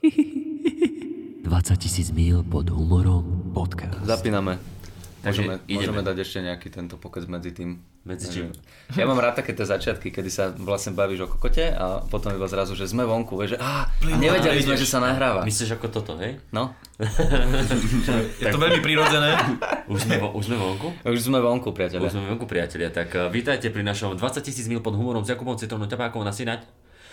20 000 míl pod humorom podcast. Zapíname. Takže Môžeme dať ešte nejaký tento pokec medzi tým. Medzi čím? Ja mám rád také tie začiatky, kedy sa vlastne bavíš o kokote a potom iba zrazu, že sme vonku, vieš, že nevedeli sme, že sa nahráva. Myslíš ako toto, hej? No. Je to veľmi prirodzené. Už sme vonku? Už sme vonku, priatelia. Už sme vonku, priatelia. Tak vítajte pri našom 20 000 míl pod humorom s Jakubom Citrónom Ťapákom na Sinať.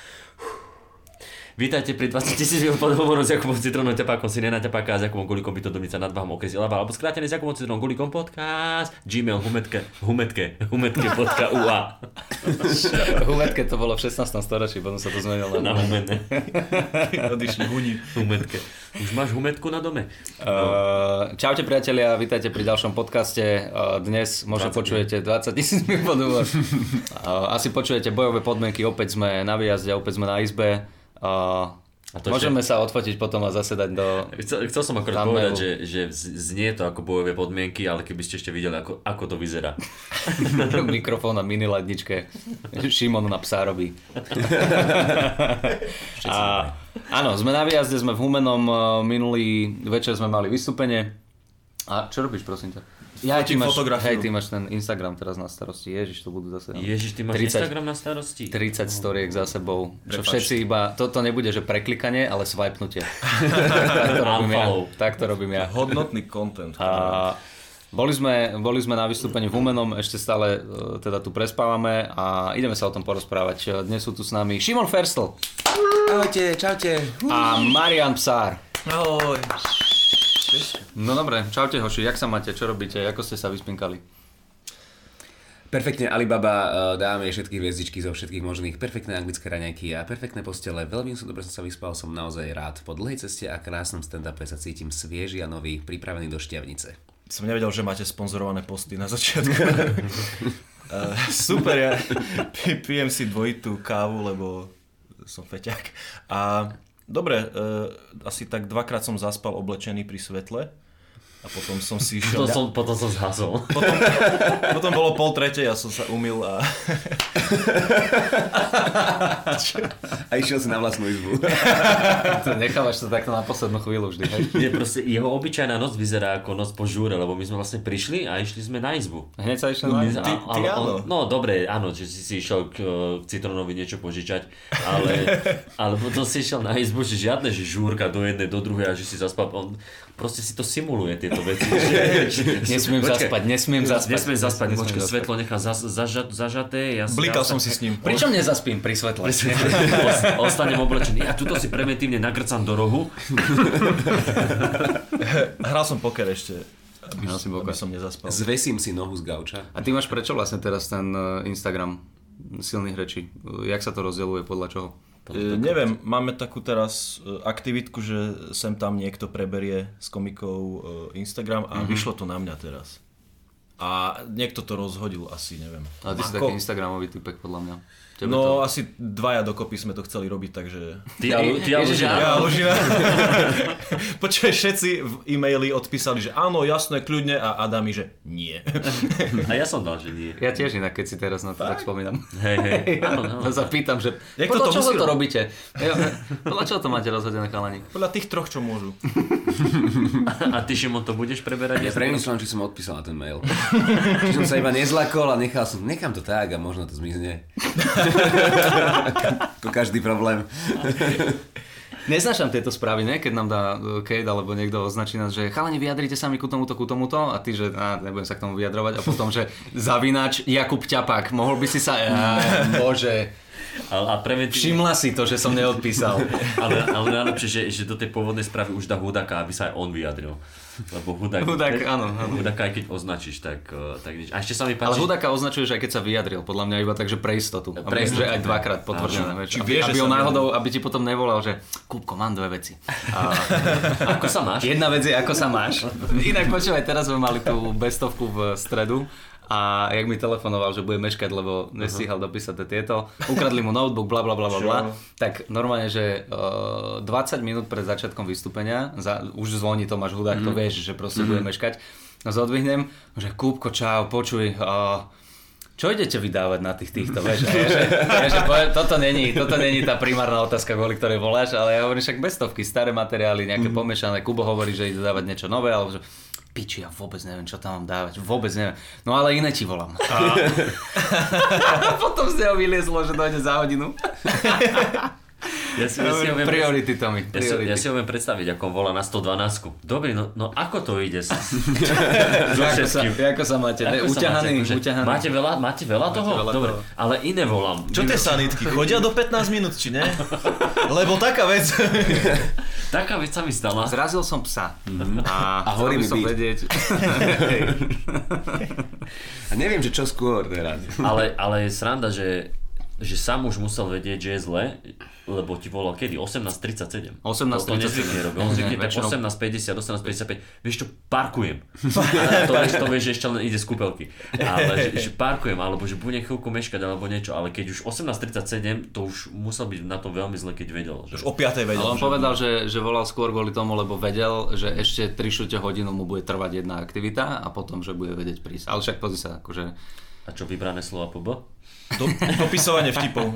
Vítajte pri 20 000 míl pod humorom s Jakubom Citrónom Ťapákom Sinena Ťapáka a s Jakubom Gulikom Bytodobnica nad Váhom okres Ilava alebo skrátený s Jakubom Citrónom Gulikom podcast Gmail humetke.ua Humetke to bolo v 16. storočí, potom sa to zmenilo na humetne. Odišli huni. Humetke. Už máš humetku na dome? Čaute priatelia, vítajte pri ďalšom podcaste. Dnes možno počujete 20 000 míl pod humorom. Asi počujete bojové podmienky, opäť sme na výjazde, opäť sme na izbe. Môžeme sa odfotiť potom a zase dať do... Chcel som akorát povedať, že znie to ako bojové podmienky, ale keby ste ešte videli, ako to vyzerá. Mikrofón na mini ledničke. Šimon na psa robí. Áno, sme na výjazde, sme v Humennom. Minulý večer sme mali vystúpenie. A čo robíš, prosím ťa? Ty máš ten Instagram teraz na starosti. Ježiš, to budú zase... Ježiš, ty máš 30, Instagram na starosti? 30 storiek za sebou. Čo všetci iba... Toto nebude, že preklikanie, ale swipenútie. Tak to robím ja. Hodnotný content. Boli sme na vystúpení v Humennom, ešte stále teda tu prespávame a ideme sa o tom porozprávať. Dnes sú tu s nami Šimon Ferstl. Ahojte, čaute. A Marian Psár. Ahoj. No dobre, čaute hoši, jak sa máte, čo robíte, ako ste sa vyspinkali? Perfektne Alibaba, dáme všetky hviezdičky zo všetkých možných, perfektné anglické raňajky a perfektné postele. Veľmi dobre som sa vyspal, som naozaj rád. Po dlhej ceste a krásnom stand-upe sa cítim svieži a nový, pripravený do šťavnice. Som nevedel, že máte sponzorované posty na začiatku. Super, ja pijem si dvojitú kávu, lebo som feťák. A dobre, asi tak 2-krát som zaspal oblečený pri svetle a potom som si išiel... Potom som zhasol. Potom bolo 2:30, ja som sa umyl a... A išiel si na vlastnú izbu. Nechávaš to takto na poslednú chvíľu vždy, hej? Nie, proste jeho obyčajná noc vyzerá ako noc po žúre, lebo my sme vlastne prišli a išli sme na izbu. Hneď sa išli na izbu? Ty áno. No dobre, áno, že si išiel k Citrónovi niečo požičať, ale potom si išiel na izbu, že žiadne že žúrka do jednej, do druhej a že si zaspal. On proste si to simuluje tieto veci. Nesmiem zaspať. Počkaj, svetlo nechá zažaté. Blikal som si s ním. Pričom nezaspím pri svetle? Ostanem oblečený. Ja tuto si preventívne nagrcam do rohu. Hral som poker ešte, aby som nezaspal. Zvesím si nohu z gauča. A ty máš prečo vlastne teraz ten Instagram silných rečí? Jak sa to rozdeľuje, podľa čoho? Neviem, máme takú teraz aktivitku, že sem tam niekto preberie s komikou Instagram a vyšlo to na mňa teraz. A niekto to rozhodil asi, neviem. A ty si taký Instagramový typek, podľa mňa. No asi 2 dokopy sme to chceli robiť, takže... Ty a Lužina. Počuj, všetci v e-maili odpísali, že áno, jasné, kľudne a Adami, že nie. A ja som dal, že nie. Ja tiež inak, keď si teraz na to tak spomínam. Hej. Áno. Zapýtam, že podľa čoho to robíte? Podľa čoho to máte rozhodené, chalani? Podľa tých 3, čo môžu. A ty, Šimon, to budeš preberať? Ja premyslám, či som odpísal na ten mail. Či som sa iba nezlakol a nechám to tak a možno to zmizne. To každý problém. Neznášam tieto správy, ne? Keď nám dá Kate alebo niekto označí nás, že chalani, vyjadrite sa mi ku tomuto a ty, že nebudem sa k tomu vyjadrovať a potom, že zavináč Jakub Ťapák, mohol by si sa... Bože... Všimla si to, že som neodpísal. ale najlepšie, že do tej pôvodnej správy už dá Hudaka, aby sa aj on vyjadril. Lebo Hudák, áno. Hudáka aj keď označíš, tak nič. A ešte sa mi páči... Ale Hudáka označuješ aj keď sa vyjadril, podľa mňa iba tak, že pre istotu. Že aj 2-krát potvrdené. Aby on náhodou, aby ti potom nevolal, že Kúbko, mám 2 veci. Ako sa máš? Jedna vec je, ako sa máš. Inak počúvaj, teraz sme mali tú bestovku v stredu. A jak mi telefonoval, že bude meškať, lebo nestíhal dopísať tieto, ukradli mu notebook, blablabla, tak normálne, že 20 minút pred začiatkom vystúpenia, už zvoní Tomáš Hudák, to vieš, že proste bude meškať, no zodvihnem, že Kúbko, čau, počuj, čo idete vydávať na týchto, vieš? Toto není tá primárna otázka, kvôli ktorej voláš, ale ja hovorím však bestovky, staré materiály, nejaké pomiešané. Kubo hovorí, že ide dávať niečo nové, alebo že piči, ja vôbec neviem, čo tam mám dávať, vôbec neviem. No ale iné ti volám. A potom z neho vyliezlo, že dojde za hodinu. Ja si viem, priority, Tomi. Ja si ho viem predstaviť, ako on volá na 112. Dobre, no ako to ide? Ako sa máte? Uťahaný? Máte veľa toho? Dobre, ale iné volám. Čo tie sanitky? Chodia do 15 minút, či ne? Lebo taká vec. Taká vec sa mi stala. Zrazil som psa. A horí mi som vedieť. A neviem, že čo skôr teraz. Ale je sranda, že sám už musel vedieť, že je zle, lebo ti volal kedy? 18.37. 18.37. To nezvykne robiť. On zvykne tak 18.50, 18.55. Vieš čo, parkujem. To vieš, že ešte len ide z kúpelky. Ale že parkujem, alebo že budem chvíľku meškať, alebo niečo. Ale keď už 18.37, to už musel byť na tom veľmi zle, keď vedel. Že... Už o 5. vedel. Ale on povedal, že volal skôr kvôli tomu, lebo vedel, že ešte 3/4 hodinu mu bude trvať jedna aktivita a potom, že bude vedieť prísť. Ale však pozri sa, akože... A čo vybrané slova po B? Dopisovanie vtipov.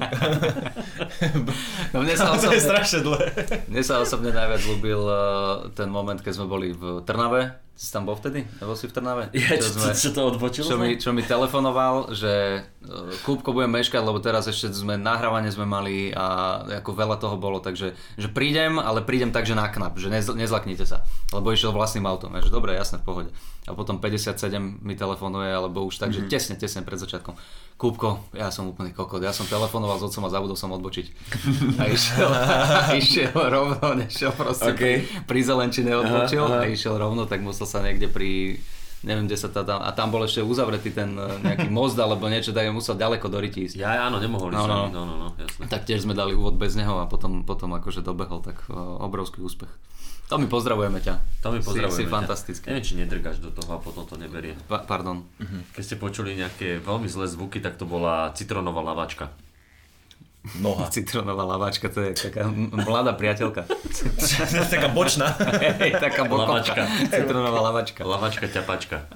No To je strašne dlhé. Mne sa osobne najviac ľúbil ten moment, keď sme boli v Trnave. Si tam bol vtedy? Nebol si v Trnave? Čo to odbočilo? Čo mi telefonoval, že Kúbko, budem meškať, lebo teraz ešte nahrávanie sme mali a ako veľa toho bolo, takže že prídem, ale prídem tak, že na knap, že nezlaknite sa, lebo išiel vlastným autom. Ja, že dobre, jasné, v pohode. A potom 57 mi telefonuje, alebo už tak, že tesne pred začiatkom. Kúbko, ja som úplný kokot, ja som telefonoval s otcom a zabudol som odbočiť. A išiel rovno, nešiel proste pri Zelenčine odbočil a išiel rovno, tak musel sa niekde pri, neviem, kde sa tam, a tam bol ešte uzavretý ten nejaký most alebo niečo, tak musel ďaleko do Ryti ísť. Ja, áno, nemohol ísť. No, jasné. Tak tiež sme dali úvod bez neho a potom akože dobehol, tak obrovský úspech. To mi pozdravujeme ťa. Si fantastický. Neviem, či nedrgáš do toho a potom to neberie. Pardon. Keď ste počuli nejaké veľmi zlé zvuky, tak to bola citrónová lavačka. Noha. Citrónová lavačka, to je taká mladá priateľka. Taká bočná. Taká bokovka. Citrónová lavačka. Lavačka, ťapačka.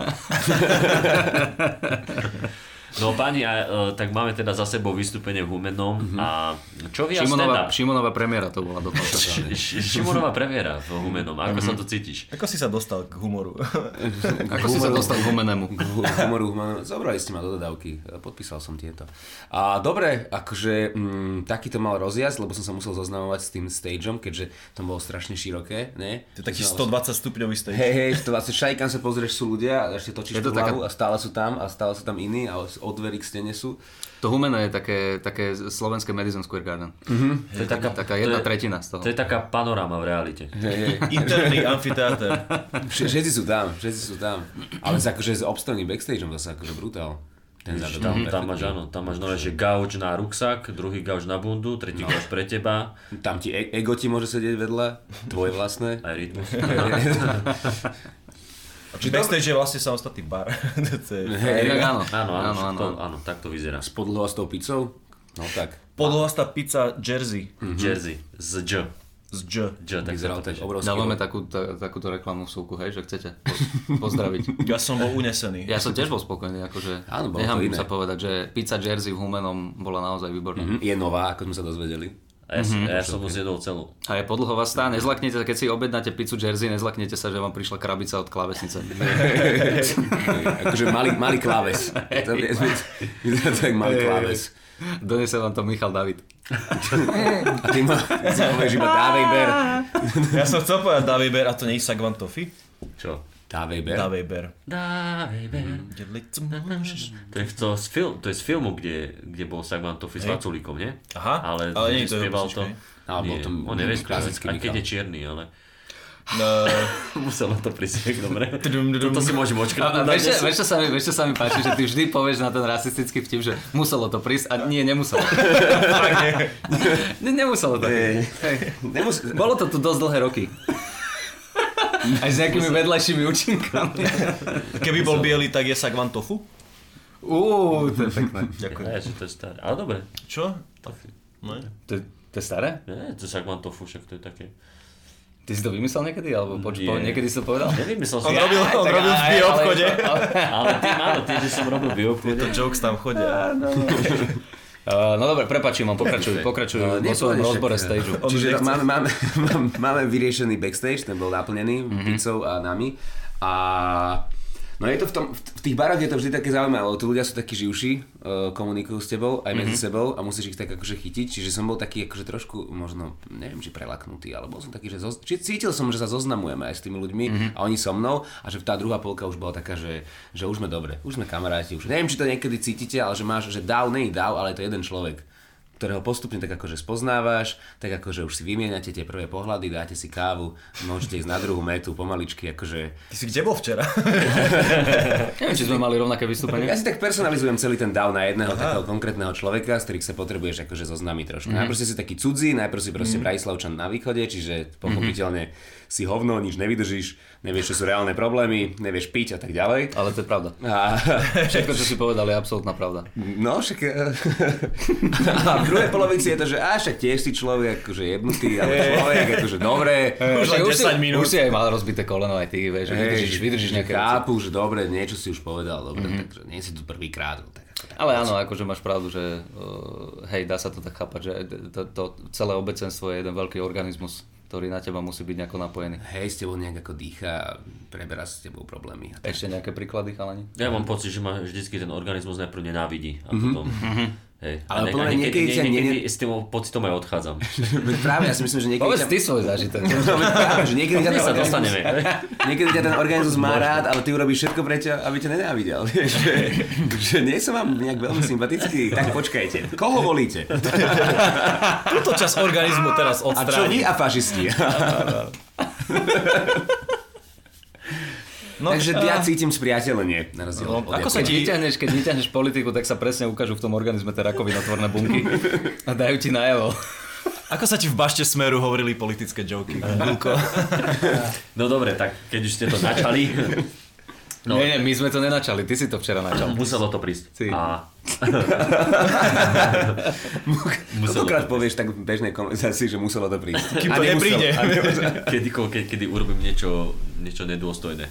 No páni, tak máme teda za sebou vystúpenie v Humennom a čo vy a stand-up? Šimonová premiéra to bola dokonca. Šimonová premiéra v Humennom, ako sa to cítiš? Ako si sa dostal k humoru? Ako si sa dostal k Humennému? K humoru. Zobrali ste ma do dodávky, podpísal som tieto. A dobre, akože taký to mal rozjazd, lebo som sa musel zoznamovať s tým stageom, keďže tam bolo strašne široké, ne? To je taký 120 stupňový stage. Hej, 120, šajkam sa pozrieš, sú ľudia a ešte točíš tú hlavu a stále sú tam iní a od dverí k stene sú. To Humenné je také slovenské Madison Square Garden. To je taká 1/3 z toho. To je taká panoráma v realite. Interný amfiteáter. Všetci sú tam. Ale akože s obstojným backstageom zase akože brutál. Tam máš nové, že gauč na ruksak, druhý gauč na bundu, tretí gauč pre teba. Tam ti ego ti môže sedieť vedľa, tvoje vlastné. Aj rytmus. Či backstage je vlastne samostatný bar. Áno, tak to vyzerá. S podlhovastou pizzou? No tak. Podlhovastá pizza Jersey. Jersey, z J. Z J. Tak vyzeral tak obrovský. Dávame takúto reklamnú súku, hej, že chcete pozdraviť. Ja som bol unesený. Ja som tiež bol spokojný, akože nechám sa povedať, že pizza Jersey v Humennom bola naozaj výborná. Je nová, ako sme sa dozvedeli. Ja som mu zjedol celú. A je podlhovastá, nezlaknete sa, keď si objednáte pizzu Jersey, nezlaknete sa, že vám prišla krabica od klávesnice. Akože malý kláves. To je tak malý kláves. Donesie vám to Michal David. A ty povieš iba Dávej Ber. Ja som chcel povedať Dávej Ber, a to nie je Sagvan Toffee? Čo? Dávej Ber. Dávej Ber. To je z filmu, kde bol Sagvan Toffee s Vaculíkom, nie? Aha, ale nie je to jeho to. On je klasický, aj keď je čierny, ale... Muselo to prísť, dobre. Toto si môžem očkrátať. Vieš čo sa mi páči, že ty vždy povieš na ten rasistický vtip, že muselo to prísť a nie, nemuselo. Nemuselo to. Bolo to tu dosť dlhé roky. Aj s nejakými vedľajšími účinkami. Keby bol biely, tak je Sagvan Tofu? To je pekné. Ďakujem. To je staré, ale dobre. Čo? Tofu. To je staré? Nie, to je Sagvan Tofu, však to je také... Ty si to vymyslel niekedy? Alebo niekedy si to povedal? Nevymyslel som. On robil v bioobchode. Ale ty málo, ty, že som robil v bioobchode. Tieto jokes tam chodia. No dobre, prepáč, Šimon, pokračuj vo svojom rozbore stageu. Čiže máme vyriešený backstage, ten bol naplnený pizzou a nami. A no je to v tých baroch je to vždy také zaujímavé, lebo tí ľudia sú takí živší, komunikujú s tebou aj medzi sebou a musíš ich tak akože chytiť, čiže som bol taký akože trošku možno, neviem či prelaknutý, ale bol som taký, že cítil som, že sa zoznamujeme aj s tými ľuďmi a oni so mnou a že tá druhá polka už bola taká, že už sme dobre, už sme kamaráti, už neviem či to niekedy cítite, ale že máš, že dáv, nie dáv, ale je to jeden človek, ktorého postupne tak akože spoznávaš, tak akože už si vymieňate tie prvé pohľady, dáte si kávu, môžete ísť na druhú metu pomaličky, akože... Ty si kde bol včera? Neviem, či sme mali rovnaké vystúpenie. Ja si tak personalizujem celý ten dáv na jedného takého konkrétneho človeka, z ktorých sa potrebuješ akože zoznámiť trošku. Najprv si taký cudzí, najprv si proste Bratislavčan na východe, čiže pochopiteľne si hovno, nič nevydržíš, nevieš, čo sú reálne problémy, nevieš piť a tak ďalej. Ale to je pravda. Všetko, čo si povedal, je absolútna pravda. No, však... A v druhej polovici je to, že však tiež si človek akože jebnutý, ale človek akože dobré. Už len 10 minút. Už si aj mal rozbité koleno, aj ty, vieš, vydržíš nejaké veci. Chápu, že dobre, niečo si už povedal, dobre, takže nie si tu prvýkrát. Ale áno, akože máš pravdu, že hej, dá sa to tak chápať, že to celé obecenstvo je jeden veľký organizmus, ktorý na teba musí byť nejako napojený. Hej, s tebou nejak ako dýcha a preberá s tebou problémy. Ešte nejaké príklady, chalani? Ja mám pocit, že ma vždycky ten organizmus najprv nenávidí a potom... Hej. Ale podľa mňa niekedy s tým pocitom aj odchádzam. Práve, ja si myslím, že niekedy... Povedz ty svoj zážitok. Práve, že niekedy ťa sa dostaneme. Niekedy ťa ten organizmus má rád, ale ty urobíš všetko preto, aby ťa nenávidel. Že nie som vám nejak veľmi sympatický, tak počkajte. Koho volíte? Túto časť organizmu teraz odstrániť. A čo vy a fašisti? No, takže ja cítim spriateľenie na rozdiel od ako sa keď vyťahneš politiku, tak sa presne ukážu v tom organizme tie rakovinotvorné bunky a dajú ti najavo. Ako sa ti v bašte Smeru hovorili politické joky? No dobre, tak keď už ste to načali... No. Nie, my sme to nenačali, ty si to včera načal. Muselo to prísť. Koľkokrát povieš tak v bežnej konverzácii, že muselo to prísť. Kým to nepríde. Kedy urobím niečo nedôstojné.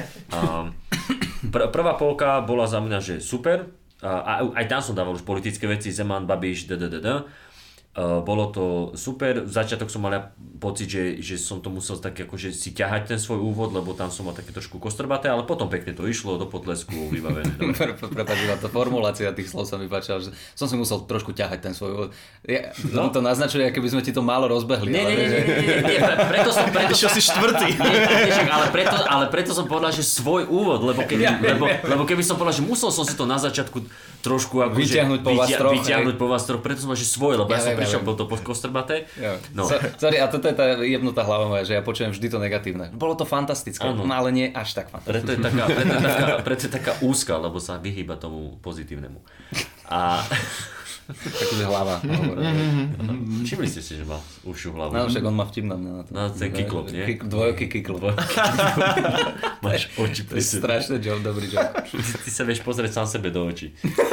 Prvá polka bola za mňa, že super. Aj tam som dával už politické veci, Zeman, Babiš, Bolo to super, v začiatok som mal pocit, že som to musel tak akože si ťahať ten svoj úvod, lebo tam som mal také trošku kostrbaté, ale potom pekne to išlo, do potlesku, vybavené. Prepáč, tá formulácia tých slov sa mi páčila, že som si musel trošku ťahať ten svoj úvod. To naznačuje, aké by sme ti to málo rozbehli. Nie, preto som... Čo si štvrtý? Ale preto som povedal, že svoj úvod, lebo keby som povedal, že musel som si to na začiatku trošku vyťahnuť po vás troch, preto som povedal, že svoj, lebo ja som prišiel, bol to kostrbaté. No. Sorry, a toto je tá jebnutá hlava moja, že ja počujem vždy to negatívne. Bolo to fantastické, ale nie až tak fantastické. Preto je taká úzka, lebo sa vyhýba tomu pozitívnemu. A... Takže hlava. Všimli ste si, že má užšiu hlavu? No, však on má vtip na mňa. No, ten kiklop, nie? Dvojoký kiklop. Máš oči pri sebe. Strašne joke, dobrý joke. Ty sa vieš pozrieť sám sebe do očí.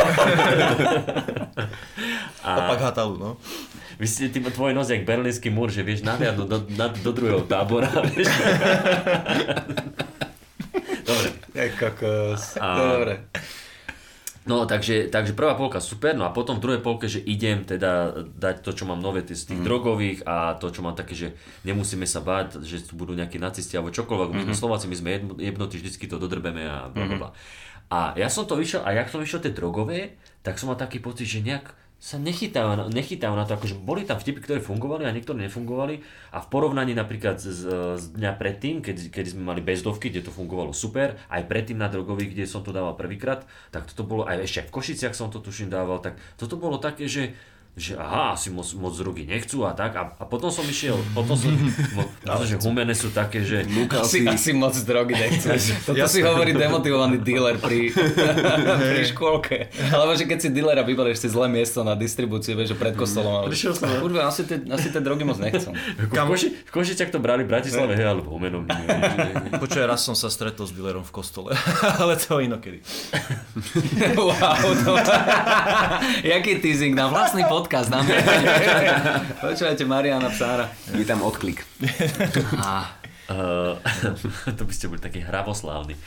Opak Hatalu, no. Myslíte, tvoj nos je jak berlínsky múr, že vieš nahliadnúť do druhého tábora, vieš? Dobre. Kokos. Dobre. No, takže prvá polka super, no a potom v druhej polke, že idem teda dať to, čo mám nové z tých drogových a to, čo mám také, že nemusíme sa báť, že tu budú nejakí nacisti alebo čokoľvek, my sme Slováci, my sme jebnutí, vždycky to dodrbeme a blablabla. A ja som to vyšiel, a jak som vyšiel tie drogové, tak som mal taký pocit, že nejak sa nechytajú na to, akože boli tam vtipy, ktoré fungovali a niektoré nefungovali a v porovnaní napríklad z dňa predtým, keď sme mali bezdovky, kde to fungovalo super, aj predtým na drogových, kde som to dával prvýkrát, tak toto bolo, aj ešte aj v Košiciach som to tuším dával, tak toto bolo také, že aha, asi moc drogy nechcú a tak. A potom som išiel, že humené sú také, že... Asi moc drogy nechcú. Toto si hovorí demotivovaný dealer pri škôlke. Alebo že keď si dealera vyberieš si zlé miesto na distribúciu, vieš, že pred kostolom. Kurva, asi tie drogy moc nechcú. V Košiciach to brali v Bratislave, hej, ale v Humenom. Počuj, raz som sa stretol s dealerom v kostole, ale to inokedy. Wow, jaký teasing na vlastný podcast. podcast, dáme. Počúvajte Mariana Psára. Je tam odklik. To by ste boli taký hravoslávny.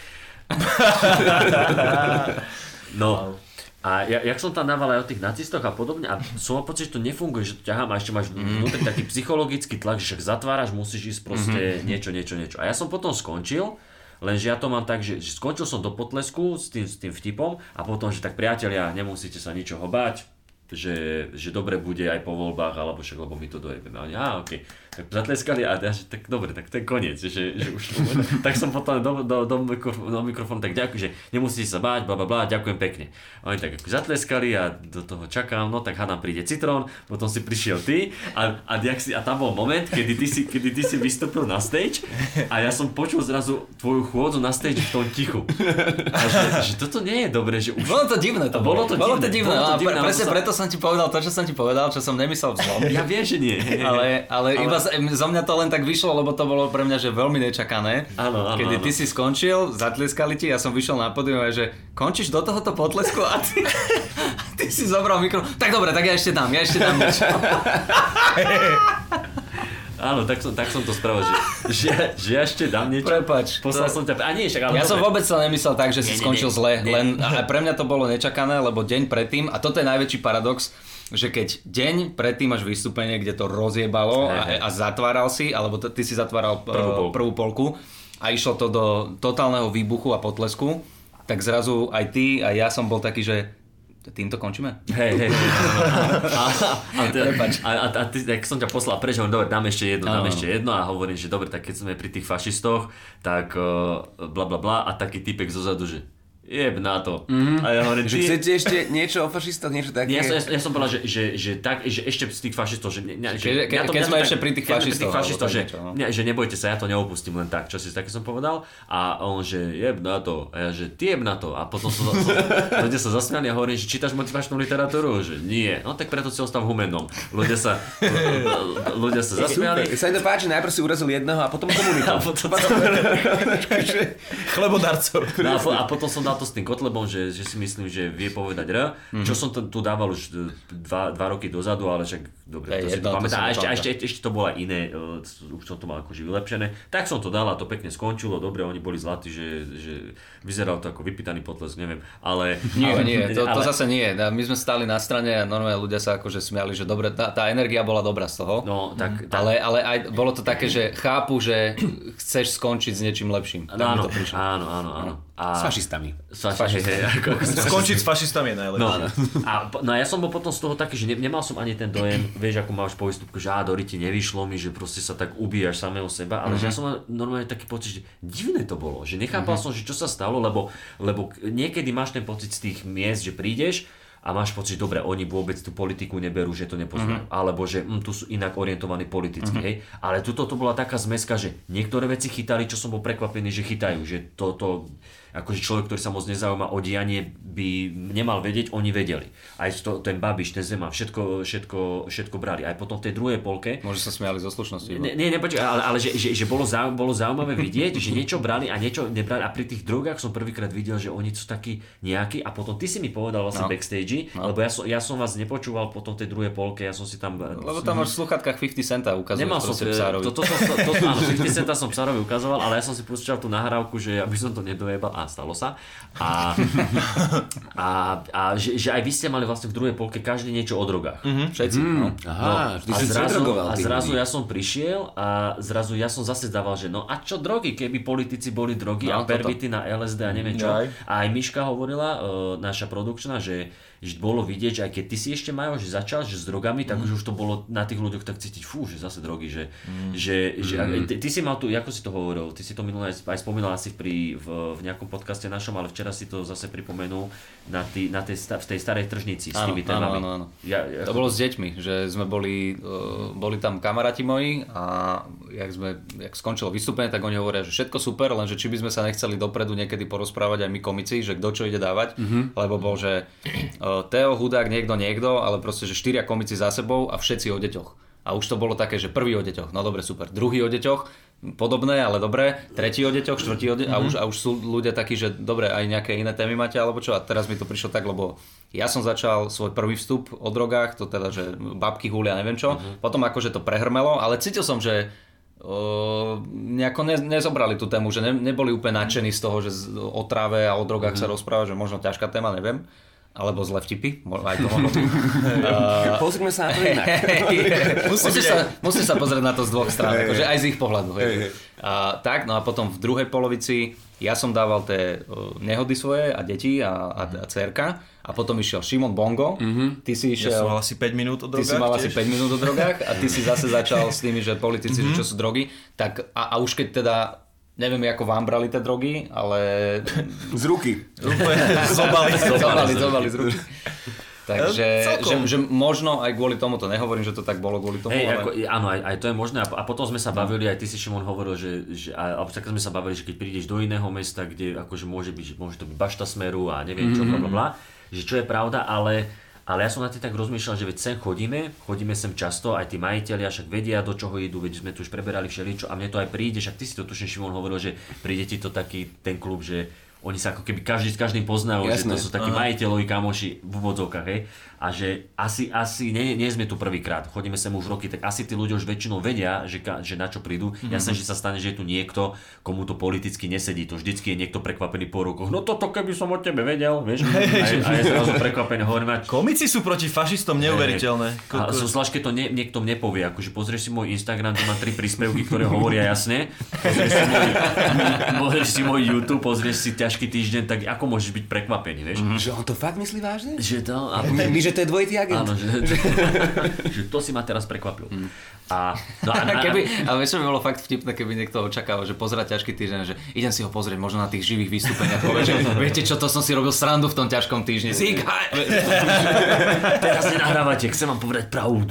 No, a jak som tam dával aj o tých nacistoch a podobne, a som mal pocit, že to nefunguje, že to ťahám a ešte máš vnútri taký psychologický tlak, že však zatváraš, musíš ísť proste niečo. A ja som potom skončil, lenže ja to mám tak, že skončil som do potlesku s tým vtipom a potom, že tak priatelia, nemusíte sa ničoho báť, že dobre bude aj po voľbách, alebo však, lebo my to dojebeme. A oni, okej. Tak zatleskali a ja, že tak dobre, tak to je koniec, že už to bude. Tak som potom do mikrofónu tak ďakujem, že nemusíte sa báť, blablabla, ďakujem pekne. A oni tak ako zatleskali a do toho čakám, no tak hádam príde Citrón, potom si prišiel ty a tam bol moment, kedy ty si vystúpil na stage a ja som počul zrazu tvoju chôdzu na stage v tom tichu. A že toto nie je dobré, že už... Bolo to divné to bolo. Bolo to divné. Presne preto som ti povedal to, čo som ti povedal, čo som nemyslel vzlom. Ja viem, že nie. Ale iba zo mňa to len tak vyšlo, lebo to bolo pre mňa že veľmi nečakané. Áno. Kedy ty si skončil, zatlieskali ti, ja som vyšiel na pódium a že končíš do tohoto potlesku a ty si zobral mikrofón. Tak dobre, tak ja ešte dám niečo. Áno, tak som to spravil, že ja ešte dám niečo. Prepáč. Poslal som ťa... A nie, však, ale ja dobre. som vôbec sa nemyslel tak, že si skončil zle. Len a pre mňa to bolo nečakané, lebo deň predtým, a toto je najväčší paradox, že keď deň predtým máš vystúpenie, kde to rozjebalo a zatváral si, alebo ty si zatváral prvú polku a išlo to do totálneho výbuchu a potlesku, tak zrazu aj ty a ja som bol taký, že týmto končíme? Hej. A ty, tak som ťa poslal preč, hovorím, dobre, dám ešte jedno a hovorím, že dobre, tak keď sme pri tých fašistoch, tak blablabla a taký typek zozadu, že jeb na to. A ja hovorím, že chcete ešte niečo o fašistoch, niečo také? Ja som povedal, že ešte z tých fašistov, že keď sme ešte pri tých fašistoch, že nebojte sa, ja to neopustím len tak, čo si také som povedal. A on, že jeb na to. A ja, že ty jeb na to. A potom ľudia sa zasmiali a hovorím, že čítaš motivačnú literatúru? Že nie. No tak preto si ostal v Humennom. Ľudia sa zasmiali. Sa im to páči, najprv si urazil jedného a potom komunitou. Chlebodarcov. A potom som dal to s tým Kotlebom, že si myslím, že vie povedať čo som tu dával už 2 roky dozadu, ale však dobre, to si to pamätám. A ešte to bolo aj iné, už som to mal akože vylepšené. Tak som to dal a to pekne skončilo, dobre, oni boli zlatí, že vyzeral to ako vypýtaný potlesk, neviem, ale... Nie, to zase nie. My sme stáli na strane a normálne ľudia sa akože smiali, že dobre, tá energia bola dobrá z toho. No, tak. Ale aj bolo to také, že chápu, že chceš skončiť s niečím lepším. Áno. S fašistami. Skončiť s fašistami je najlepšie. No a ja som bol potom z toho taký, že nemal som ani ten dojem, vieš, ako máš po výstupku, že do riti nevyšlo mi, že proste sa tak ubíjaš samého seba, ale že ja som mal normálne taký pocit, že divné to bolo, že nechápal som, že čo sa stalo, lebo niekedy máš ten pocit z tých miest, že prídeš a máš pocit, že dobre, oni vôbec tú politiku neberú, že to nepoznajú, alebo že tu sú inak orientovaní politicky, hej. Ale to bola taká zmeska, že niektoré veci chytali, čo som bol prekvapený, že chytajú, že to akože človek, ktorý sa moc nezaujíma o dianie, by nemal vedieť, oni vedeli. Aj ten Babiš, ten Zeman, všetko brali. Aj potom v tej druhej polke. Možno sa smiali zo slušnosti. Nepočkaj, ale že bolo zaujímavé vidieť, že niečo brali a niečo nebrali. A pri tých drogách som prvýkrát videl, že oni sú takí nejakí. A potom ty si mi povedal vlastne backstage, lebo ja som vás nepočúval potom v tej druhej polke, ja som si tam... Lebo tam máš v sluchatkách 50 Centa ukazuješ proste Psárovi. Áno, 50 Centa som Psárovi ukazoval, ale ja som si púšťal tú nahrávku, že aby som to nedojebal. A stalo sa. A že aj vy ste mali vlastne v druhej polke každý niečo o drogách. Všetci. Aha, a zrazu ja som prišiel a zrazu ja som zase dával, že no a čo drogy, keby politici boli drogy a pervity na LSD a neviem čo. A aj Miška hovorila, naša produkčná, že bolo vidieť, že aj keď ty si ešte Majo, že začal že s drogami, tak už to bolo na tých ľuďoch tak cítiť, že zase drogy, že ty si mal tu, ako si to hovoril, ty si to minulé aj spomínal asi v nejakom podcaste našom, ale včera si to zase pripomenul v tej starej tržnici s tými témami. Áno. To bolo s deťmi, že sme boli tam kamaráti moji a jak skončilo vystúpenie, tak oni hovoria, že všetko super, lenže či by sme sa nechceli dopredu niekedy porozprávať aj my komici, že kto čo ide dávať, lebo bol, že Teo, Hudák, niekto, ale proste, že 4 komici za sebou a všetci o deťoch. A už to bolo také, že prvý o deťoch, no dobre, super, druhý o deťoch, podobné, ale dobré, tretí o deťoch, štvrtý o deťoch a už sú ľudia takí, že dobre, aj nejaké iné témy máte alebo čo a teraz mi to prišlo tak, lebo ja som začal svoj prvý vstup o drogách, to teda, že babky húlia, neviem čo, potom akože to prehrmelo, ale cítil som, že nejako nezobrali tú tému, že neboli úplne nadšení z toho, že o tráve a o drogách sa rozpráva, že možno ťažká téma, neviem. Alebo zlé vtipy, aj to mohlo byť. Pozrime sa na to inak. Musíš sa pozrieť na to z dvoch strán, akože aj z ich pohľadu. Tak, no a potom v druhej polovici ja som dával tie nehody svoje a deti a dcerka a potom išiel Šimon Bongo. Ty si išiel... Ja som mal asi 5 minút o drogách. Ty si mal asi 5 minút o drogách a ty si zase začal s tými, že politici, že čo sú drogy. Tak a už keď teda neviem, ako vám brali tie drogy, ale... Z ruky. Zobali z ruky. Takže že možno aj kvôli tomu, to nehovorím, že to tak bolo kvôli tomu, ale... Áno, aj to je možné. A potom sme sa bavili, aj ty si, Šimon, hovoril, alebo tak sme sa bavili, že keď prídeš do iného mesta, kde akože môže to byť bašta Smeru a neviem čo, blablabla, že čo je pravda, ale ja som na tým tak rozmýšľal, že veď sem chodíme sem často, aj tí majitelia však vedia, do čoho idú, veď sme tu už preberali všeličo a mne to aj príde, však ty si to tuším, Šimon, hovoril, že príde ti to taký ten klub, že oni sa ako keby každý s každým poznajú, že to sú takí majiteľoví kamoši v úvodzovkách, hej. A že asi nie sme tu prvýkrát, chodíme sem už roky, tak asi tí ľudia už väčšinou vedia, že na čo prídu. Jasné, že sa stane, že je tu niekto, komu to politicky nesedí, to vždycky je niekto prekvapený po rokoch. No toto keby som od tebe vedel, vieš. A je zrazu prekvapený, hovorím. Komici sú proti fašistom neuveriteľné. A zvlášť keď to niekto nepovie, akože pozrieš si môj Instagram, tu mám 3 príspevky, ktoré hovoria jasne. Pozrieš si môj YouTube, pozrieš si ťažký týždeň, tak ako môžeš byť prekvapený, vieš? Že on to fakt myslí vážne? Že to... Že to je dvojitý agent. Áno, že to si ma teraz prekvapil. Ale vieš, čo by bolo fakt vtipné, keby niekto očakával, že pozerá ťažký týždeň, že idem si ho pozrieť možno na tých živých vystúpeniach, že viete čo, to som si robil srandu v tom ťažkom týždni. Teraz nenahrávate, chcem vám povedať pravdu.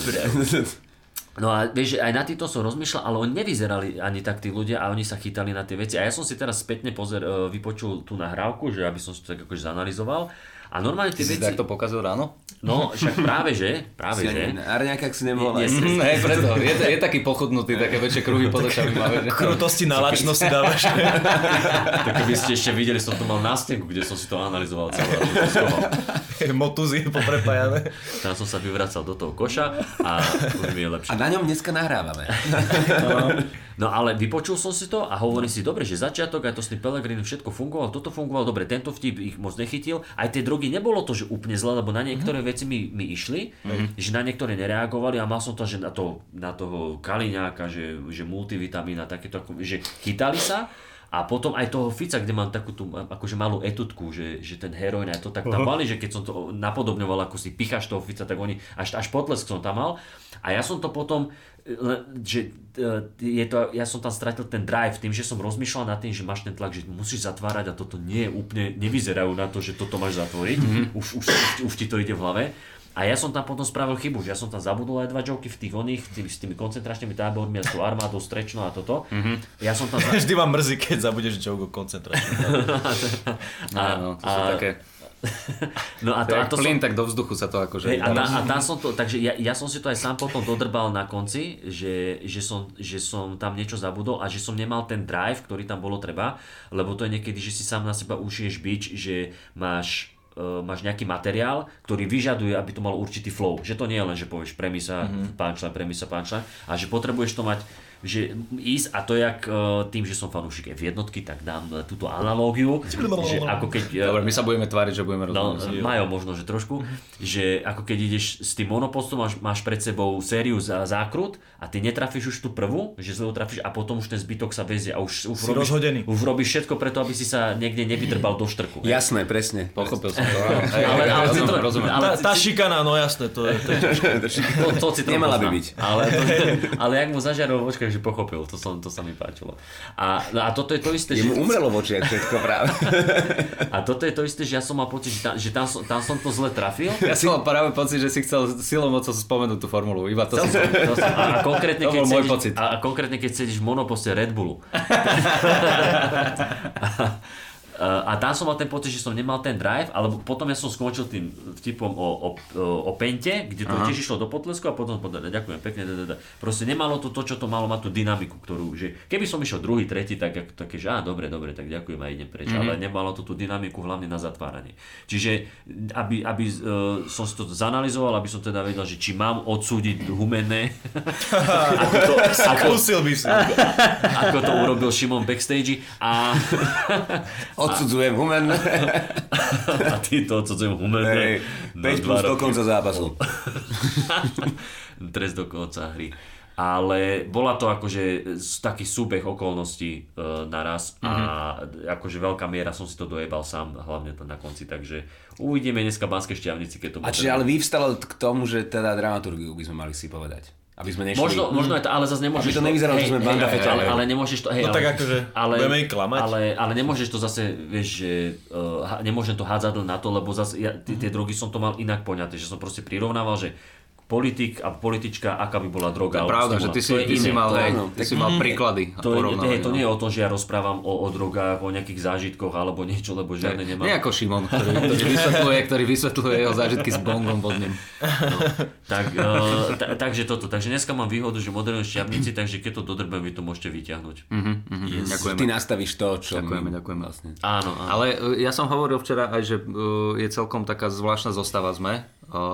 No a vieš, aj na týto som rozmýšľal, ale oni nevyzerali ani tak tí ľudia a oni sa chytali na tie veci. A ja som si teraz spätne vypočul tú nahrávku, že aby som si to tak akože zanalizoval. A normálne tie veci... Si takto pokazil ráno? No, však práve že. Na Arňákach si nemohol aj. Ne, preto. Je taký pochodnutý, také väčšie kruhy pod očami máme. Krutosti na lačnosť si dávaš. Tak keby ste ešte videli, som to mal na stenku, kde som si to analyzoval celé. Motuzy poprepájame. Tam som sa vyvracal do toho koša a už mi je lepšie. A na ňom dneska nahrávame. No ale vypočul som si to a hovorím si, dobre, že začiatok, aj to s tým Pellegrini všetko fungovalo, toto fungovalo, dobre, tento vtip ich moc nechytil, aj tie drogy nebolo to, že úplne zle, lebo na niektoré veci mi išli, že na niektoré nereagovali a mal som to, že na toho Kaliňáka, že multivitamín a takéto, že chytali sa. A potom aj toho Fica, kde mám takú tú akože malú etutku, že ten heroin aj to tak tam mali, že keď som to napodobňoval, ako si picháš toho Fica, tak oni až potlesk som tam mal. A ja som to potom, že ja som tam stratil ten drive tým, že som rozmýšľal nad tým, že máš ten tlak, že musíš zatvárať a toto nie je úplne, nevyzerajú na to, že toto máš zatvoriť. Už ti to ide v hlave. A ja som tam potom spravil chybu, že ja som tam zabudol aj 2 joky v tých oných, s tými koncentračnými tábormi a s tou armádou Strečnou a toto. Ja som tam... Vždy ma mrzí, keď zabudeš joke o koncentračných táboroch. Áno, to sú také... No a to plyn, tak do vzduchu sa to akože... A tam som to, takže ja som si to aj sám potom dodrbal na konci, že som tam niečo zabudol a že som nemal ten drive, ktorý tam bolo treba, lebo to je niekedy, že si sám na seba ušiješ bič, že máš nejaký materiál, ktorý vyžaduje, aby to malo určitý flow. Že to nie je len, že povieš premisa, punchline, a že potrebuješ to mať, že ísť, a to jak tým, že som fanúšik v jednotky, tak dám túto analógiu, že ako keď... Dobre, my sa budeme tváriť, že budeme rozumieť. No, Majo možno, že trošku, že ako keď ideš s tým monopostom, máš pred sebou sériu zákrut a ty netrafíš už tú prvú, že zle trafíš a potom už ten zbytok sa vezie a už robíš všetko preto, aby si sa niekde nevydrbal do štrku. Jasné, presne. Pochopil som to. Rozumiem. Tá šikana, no jasné, to je nemala by byť. Ale jak mu zažiarol v očkách, že pochopil, to sa mi páčilo. A toto je to isté, že... mu umrelo v očiach všetko práve. A toto je to isté, že ja som mal pocit, že tam som to zle trafil. Ja som mal práve pocit, že si chcel silou mocou spomenúť tú formulu, iba to som... A konkrétne, to bol môj pocit. A konkrétne, keď sedíš v monoposte Red Bullu. A tam som mal ten pocit, že som nemal ten drive, alebo potom ja som skončil tým vtipom o Pente, kde to tiež išlo do potlesku a potom povedal, ďakujem pekne, proste nemalo to, čo to malo mať tú dynamiku, ktorú, že keby som išiel druhý, tretí, tak také, že dobre, tak ďakujem a idem preč, ale nemalo to tú dynamiku hlavne na zatváranie. Čiže, aby som si to zanalizoval, aby som teda vedel, že či mám odsúdiť Humenné, Skúsil by si. ako to urobil Šimon backstage a Odsudzujem Humenné. a ty to odsudzujem Humenné. 5 plus do konca zápasu. Trest do konca hry. Ale bola to akože taký súbeh okolností naraz a akože veľká miera som si to dojebal sám, hlavne to na konci, takže uvidíme dneska Banské Štiavnici, keď to bude. A čiže ale vyvstalo k tomu, že teda dramaturgiu by sme mali si povedať. Aby sme nešli... Možno je to, ale zase nemôžeš... Aby to nevyzeralo, že sme banda fetele. Ale nemôžeš to... No tak akože, budeme ich klamať. Ale nemôžeš to zase, vieš, že nemôžem to hádzať len na to, lebo zase tie drogy som to mal inak poňaté, že som proste prirovnával, že politik a politička, aká by bola droga. To je pravda, že ty si mal príklady. To nie je o tom, že ja rozprávam o drogách, o nejakých zážitkoch alebo niečo, lebo žiadne nemám. Nie ako Šimon, ktorý vysvetľuje jeho zážitky s bongom pod ním. No. Takže toto. Takže dneska mám výhodu, že moderujem Štiavnici, takže keď to dodrbem, vy to môžete vyťahnuť. Ďakujeme. Ty nastavíš to, čo... Ďakujeme. Vlastne. Áno. Ale ja som hovoril včera aj, že je celkom taká zvláštna zostava sme.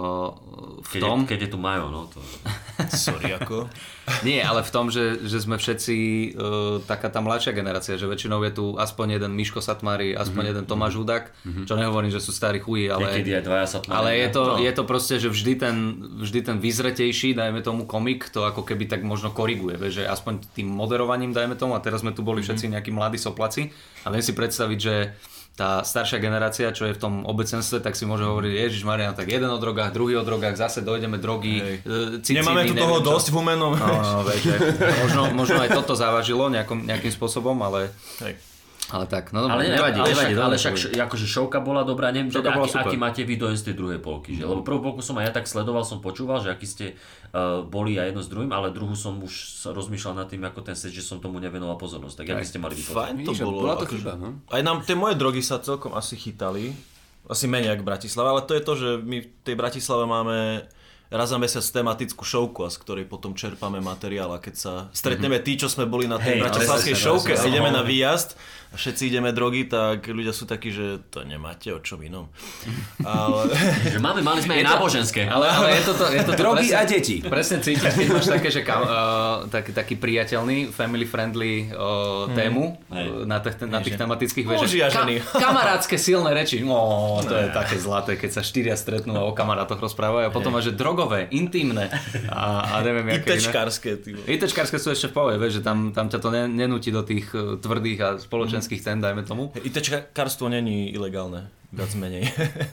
Keď je tu Majo, no to... Sorry, ako? Nie, ale v tom, že sme všetci taká tá mladšia generácia, že väčšinou je tu aspoň jeden Miško Satmári, aspoň jeden Tomáš Hudák, čo nehovorím, že sú starí chuji, ale... Niekedy aj dvaja Satmári. Ale je to proste, že vždy ten vyzretejší, dajme tomu komik, to ako keby tak možno koriguje, že aspoň tým moderovaním, dajme tomu, a teraz sme tu boli všetci nejakí mladí soplaci a viem si predstaviť, že tá staršia generácia, čo je v tom obecenstve, tak si môže hovoriť, Ježišmaria, tak jeden o drogách, druhý o drogách, zase dojdeme drogy, cicíny, nemáme tu toho dosť v Humennom. No, možno aj toto závažilo nejakým spôsobom, ale... Ale tak, no nevadí. Ale však akože šovka bola dobrá, neviem, teda, aký máte vy dojem z tej druhej polky, že? Lebo prvú polku som aj ja tak sledoval, som počúval, že aký ste boli aj jedno s druhým, ale druhú som už rozmýšľal nad tým, ako ten set, že som tomu nevenoval pozornosť, tak aký ste mali vypočuť? Fajn to bolo. To chyba, no? Aj nám tie moje drogy sa celkom asi chytali, asi menej ako v Bratislave, ale to je to, že my v tej Bratislave máme raz za mesiac tematickú šovku, z ktorej potom čerpáme materiál a keď sa stretneme tí, čo sme boli na tej bratislavskej šovke a ideme na výjazd a všetci ideme drogy, tak ľudia sú takí, že to nemáte o čom inom. Ale... Mali sme aj náboženské. Ale je to drogy presne, a deti. Presne cítiš, keď máš také, že taký priateľný, family friendly tému na tých tematických kamarátske silné reči. No, to je také zlaté, keď sa štyria stretnú a o kamarátoch rozprávajú a potom máš, že drogové, intimné a neviem, jaké ITčkárske. ITčkárske sú ešte v pohode, vieš, že tam ťa to nenúti do tých tvrdých a spoločenských tém, dajme tomu. ITčkárstvo není ilegálne. Viac menej.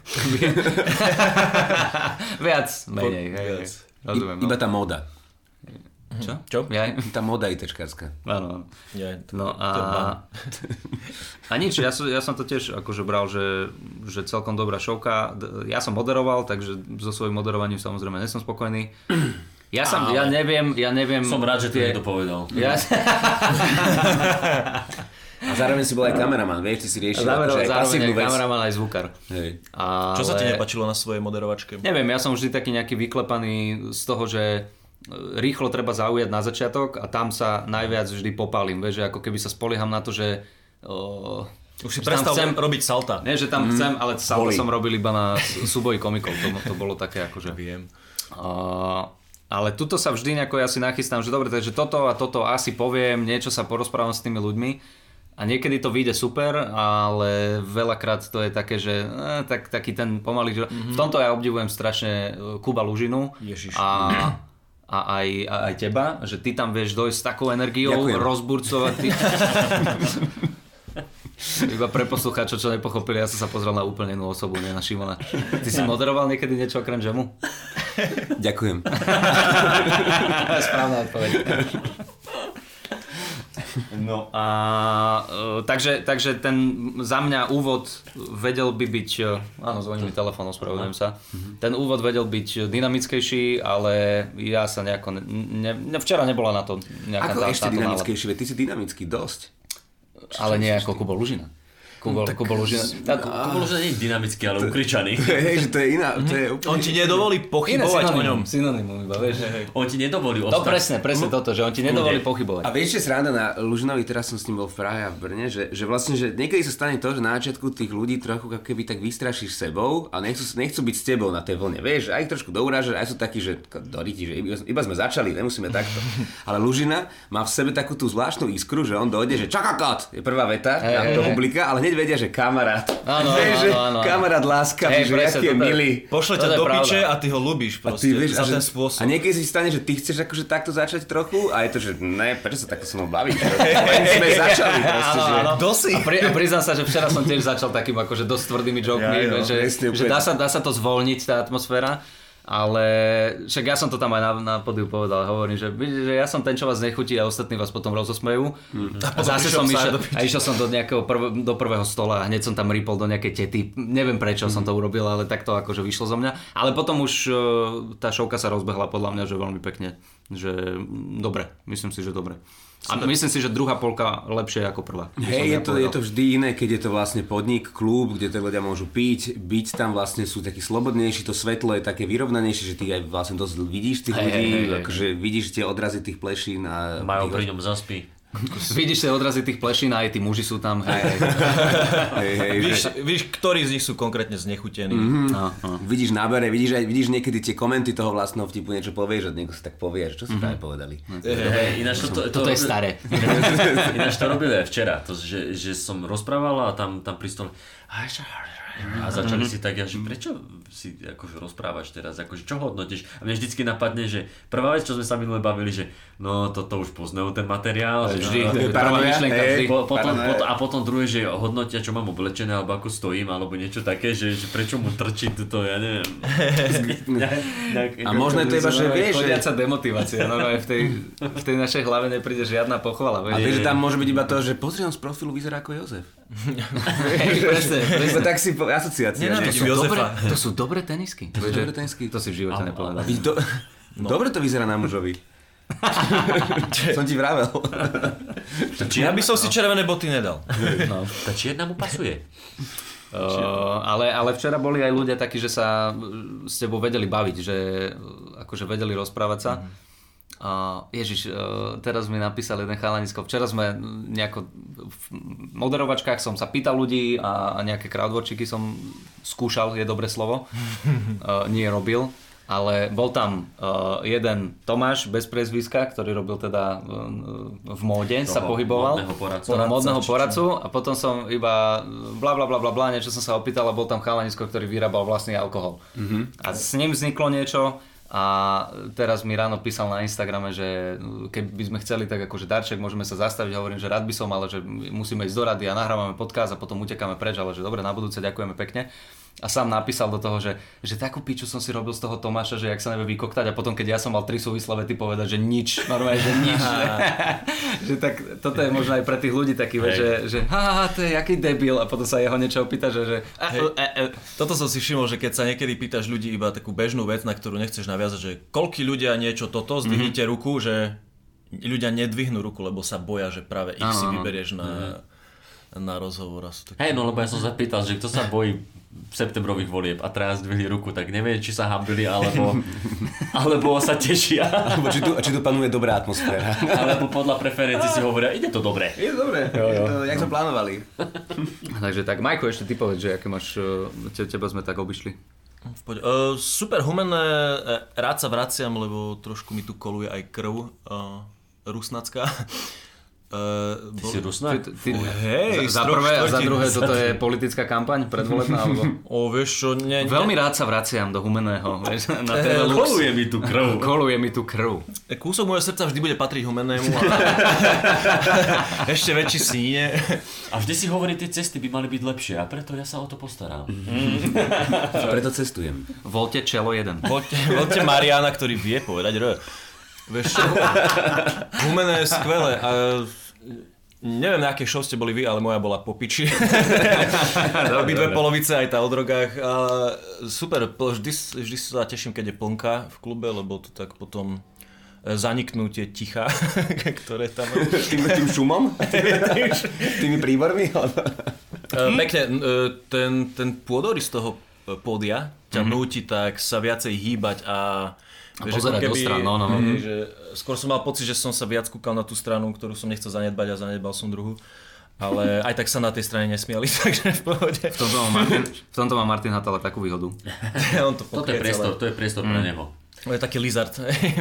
Viac menej, hej. Rozumiem, no. Iba tá móda. Čo? Tá móda ITčkárska. Áno. No a nič, ja som to tiež akože bral, že celkom dobrá šovka. Ja som moderoval, takže so svojím moderovaním samozrejme nesom spokojný. Ja neviem... Som rád, že to niekto povedal. A zároveň si bol aj kameraman, vieš, ty si riešil aj pasívnu vec. Kameraman aj zvukár. Čo sa ti nepáčilo na svojej moderovačke? Neviem, ja som vždy taký nejaký vyklepaný z toho, že rýchlo treba zaujať na začiatok a tam sa najviac vždy popálim, vieš, že ako keby sa spolieham na to, že už si prestal robiť salta. Nie, že tam chcem, ale salta som robil iba na súboji komikov, to bolo také akože... Viem. Ale tuto sa vždy nejako ja si nachystám, že dobre, takže toto a toto asi poviem, niečo sa porozprávam s tými ľuďmi a niekedy to vyjde super, ale veľakrát to je také, že taký ten pomalý... V tomto ja obdivujem strašne Kuba Lužinu. Ježiš. A aj teba, že ty tam vieš dojsť s takou energiou, rozburcovať. Iba pre poslucháčov, čo nepochopili, ja som sa pozrel na úplne inú osobu, nie na Šimona. Ty si moderoval niekedy niečo okrem džemu? Ďakujem. Správna odpoveď. No a takže ten za mňa úvod vedel by byť, áno, zvoní mi telefón, ospravedlňujem sa. Ten úvod vedel byť dynamickejší, ale ja sa nejako, včera nebola na to nejaká Ako ešte dynamickejší, ty si dynamický dosť. Ale nie ako Kubo Lužina. Kubo Lužina. Kubo Lužina nie je dynamický, ale ukričaný. Hej, že to je iná, to je úplne... On ti nedovolí pochybovať o ňom. Synonymum iba, vieš. On ti nedovolí To presne toto, že on ti nedovolí pochybovať. A vieš, že sranda na Lužinovi, teraz som s ním bol v Prahe a v Brne, že vlastne, že niekedy sa stane to, že na začiatku tých ľudí trochu keby tak vystrašíš sebou a nechcú byť s tebou na tej vlne, vieš, aj ich trošku dourážaš, aj sú takí, že doriti, že iba sme začali, nemusíme takto. Ale Lužina má v sebe takú tú zvláštnu iskru, že on dojde, že čakakot, je prvá veta do publika, ale hneď vedia, že kamarát. Áno. Kamarát láskavý, že aký je milý. Pošle ťa do piče a ty ho ľúbiš proste za ten spôsob. A niekedy si stane, že ty chceš akože takto začať trochu a je to, že ne, prečo sa takto so mnou bavíš? Sme začali proste, že... Kto si? A priznám sa, že včera som tiež začal takým akože dosť tvrdými jokemi, že dá sa to zvoľniť, tá atmosféra. Ale však ja som to tam aj na pódiu povedal, hovorím, že ja som ten, čo vás nechutí a ostatní vás potom rozosmejú. A zase som išiel som do prvého stola a hneď som tam rýpol do nejakej tety. Neviem prečo som to urobil, ale tak to akože vyšlo zo mňa. Ale potom už tá šovka sa rozbehla podľa mňa, že veľmi pekne. Že dobre, myslím si, že dobre. A myslím si, že druhá polka lepšie ako prvá. Hej, je to vždy iné, keď je to vlastne podnik, klub, kde tí ľudia môžu piť, byť tam vlastne sú takí slobodnejší, to svetlo je také vyrovnanejšie, že ty aj vlastne dosť vidíš tých ľudí, akože vidíš tie odrazy tých plešín a... Majú pri ňom zaspí. Vidíš sa odrazy tých plešín a aj tí muži sú tam. Víš, ktorí z nich sú konkrétne znechutení. Vidíš nábere, vidíš niekedy tie komenty toho vlastného vtipu, niečo povieš a niekto si tak povie, že čo si práve povedali. Ináč toto je staré. Ináč to robili aj včera, že som rozprával a tam pri stole a začali si tak, že prečo si akože rozprávaš teraz, akože čo hodnotíš? A mne vždycky napadne, že prvá vec, čo sme sa minule bavili, že no toto už poznajú ten materiál, že vždy, a potom druhé, že hodnotia, čo mám oblečené, alebo ako stojím, alebo niečo také, že prečo mu trčí toto, ja neviem. A možno je to iba, že vieš, že... Chodiaca demotivácia, no aj v tej našej hlave nepríde žiadna pochvala. A vieš, že tam môže byť iba to, že pozri, on z profilu vyzerá ako Jozef. Presne. Tak si asociácia. To sú dobré tenisky. To si v živote nepovedal. Dobre to vyzerá na mužovi. Som ti vravel. Ja by som si červené boty nedal. Tá čierna mu pasuje. Ale včera boli aj ľudia takí, že sa s tebou vedeli baviť, že akože vedeli rozprávať sa. Ježiš, teraz mi napísal jeden chalanisko. Včera sme nejako v moderovačkách som sa pýtal ľudí a nejaké crowdworkiky som skúšal, je dobré slovo, nie robil. Ale bol tam jeden Tomáš bez priezviska, ktorý robil teda v móde, sa pohyboval. Módneho poradcu. A potom som iba bla, niečo som sa opýtal a bol tam chalanisko, ktorý vyrábal vlastný alkohol. A s ním vzniklo niečo. A teraz mi ráno písal na Instagrame, že keby sme chceli tak akože darček, môžeme sa zastaviť, hovorím, že rád by som, ale že musíme ísť do rady a nahrávame podcast a potom utekáme preč, ale že dobre, na budúce ďakujeme pekne. A sám napísal do toho, že takú piču som si robil z toho Tomáša, že jak sa nevie vykoktať a potom keď ja som mal 3 súvislé vety povedať, že nič, normálne, že nič. Že tak toto je možno aj pre tých ľudí taký, že to je jaký debil a potom sa jeho niečo opýta, že Toto som si všimol, že keď sa niekedy pýtaš ľudí iba takú bežnú vec, na ktorú nechceš naviazať, že koľkí ľudia niečo toto, zdvihnite ruku, že ľudia nedvihnú ruku, lebo sa boja, že práve ich si vyberieš na rozhovor. Hej, no lebo ja som sa pýtal, že kto sa bojí septembrových volieb a teraz zdvihli ruku, tak neviem, či sa hambili, alebo sa tešia. Či tu panuje dobrá atmosféra. Alebo podľa preferencií si hovoria, ide to dobre. Je to dobre, jak sme plánovali. Takže tak, Majko, ešte ty povedz, že aké máš, teba sme tak obišli. Super humenné, rád sa vraciam, lebo trošku mi tu koluje aj krv rusnacká. Ty si Rusnak? Hej, za prvé a za druhé, toto je politická kampaň predvolebná, alebo... Vieš čo, Veľmi rád sa vraciam do humenného, vieš, na TV Lux. Koluje mi tu krv. Kúsok môjho srdca vždy bude patriť humennému. Ešte väčší síne. A vždy si hovorí, tie cesty by mali byť lepšie a preto ja sa o to postarám. Preto cestujem. Voľte čelo 1. Voľte Mariana, ktorý vie povedať Vieš čo? Humenné je skvelé. Neviem, na aké show ste boli vy, ale moja bola po piči. Obidve polovice, aj tá o drogách. Super, vždy sa teším, keď je plnka v klube, lebo to tak potom zaniknú tie ticha, ktoré tam... Tým šumom? Tými príbormi? Pekne, ten pôdorys toho pódia ťa núti tak sa viacej hýbať a pozerať do strán, no. Že skôr som mal pocit, že som sa viac kúkal na tú stranu, ktorú som nechcel zanedbať a zanedbal som druhú. Ale aj tak sa na tej strane nesmiali, takže v pohode. V tomto má Martin Hatala takú výhodu. Toto je priestor pre neho. To je taký lizard.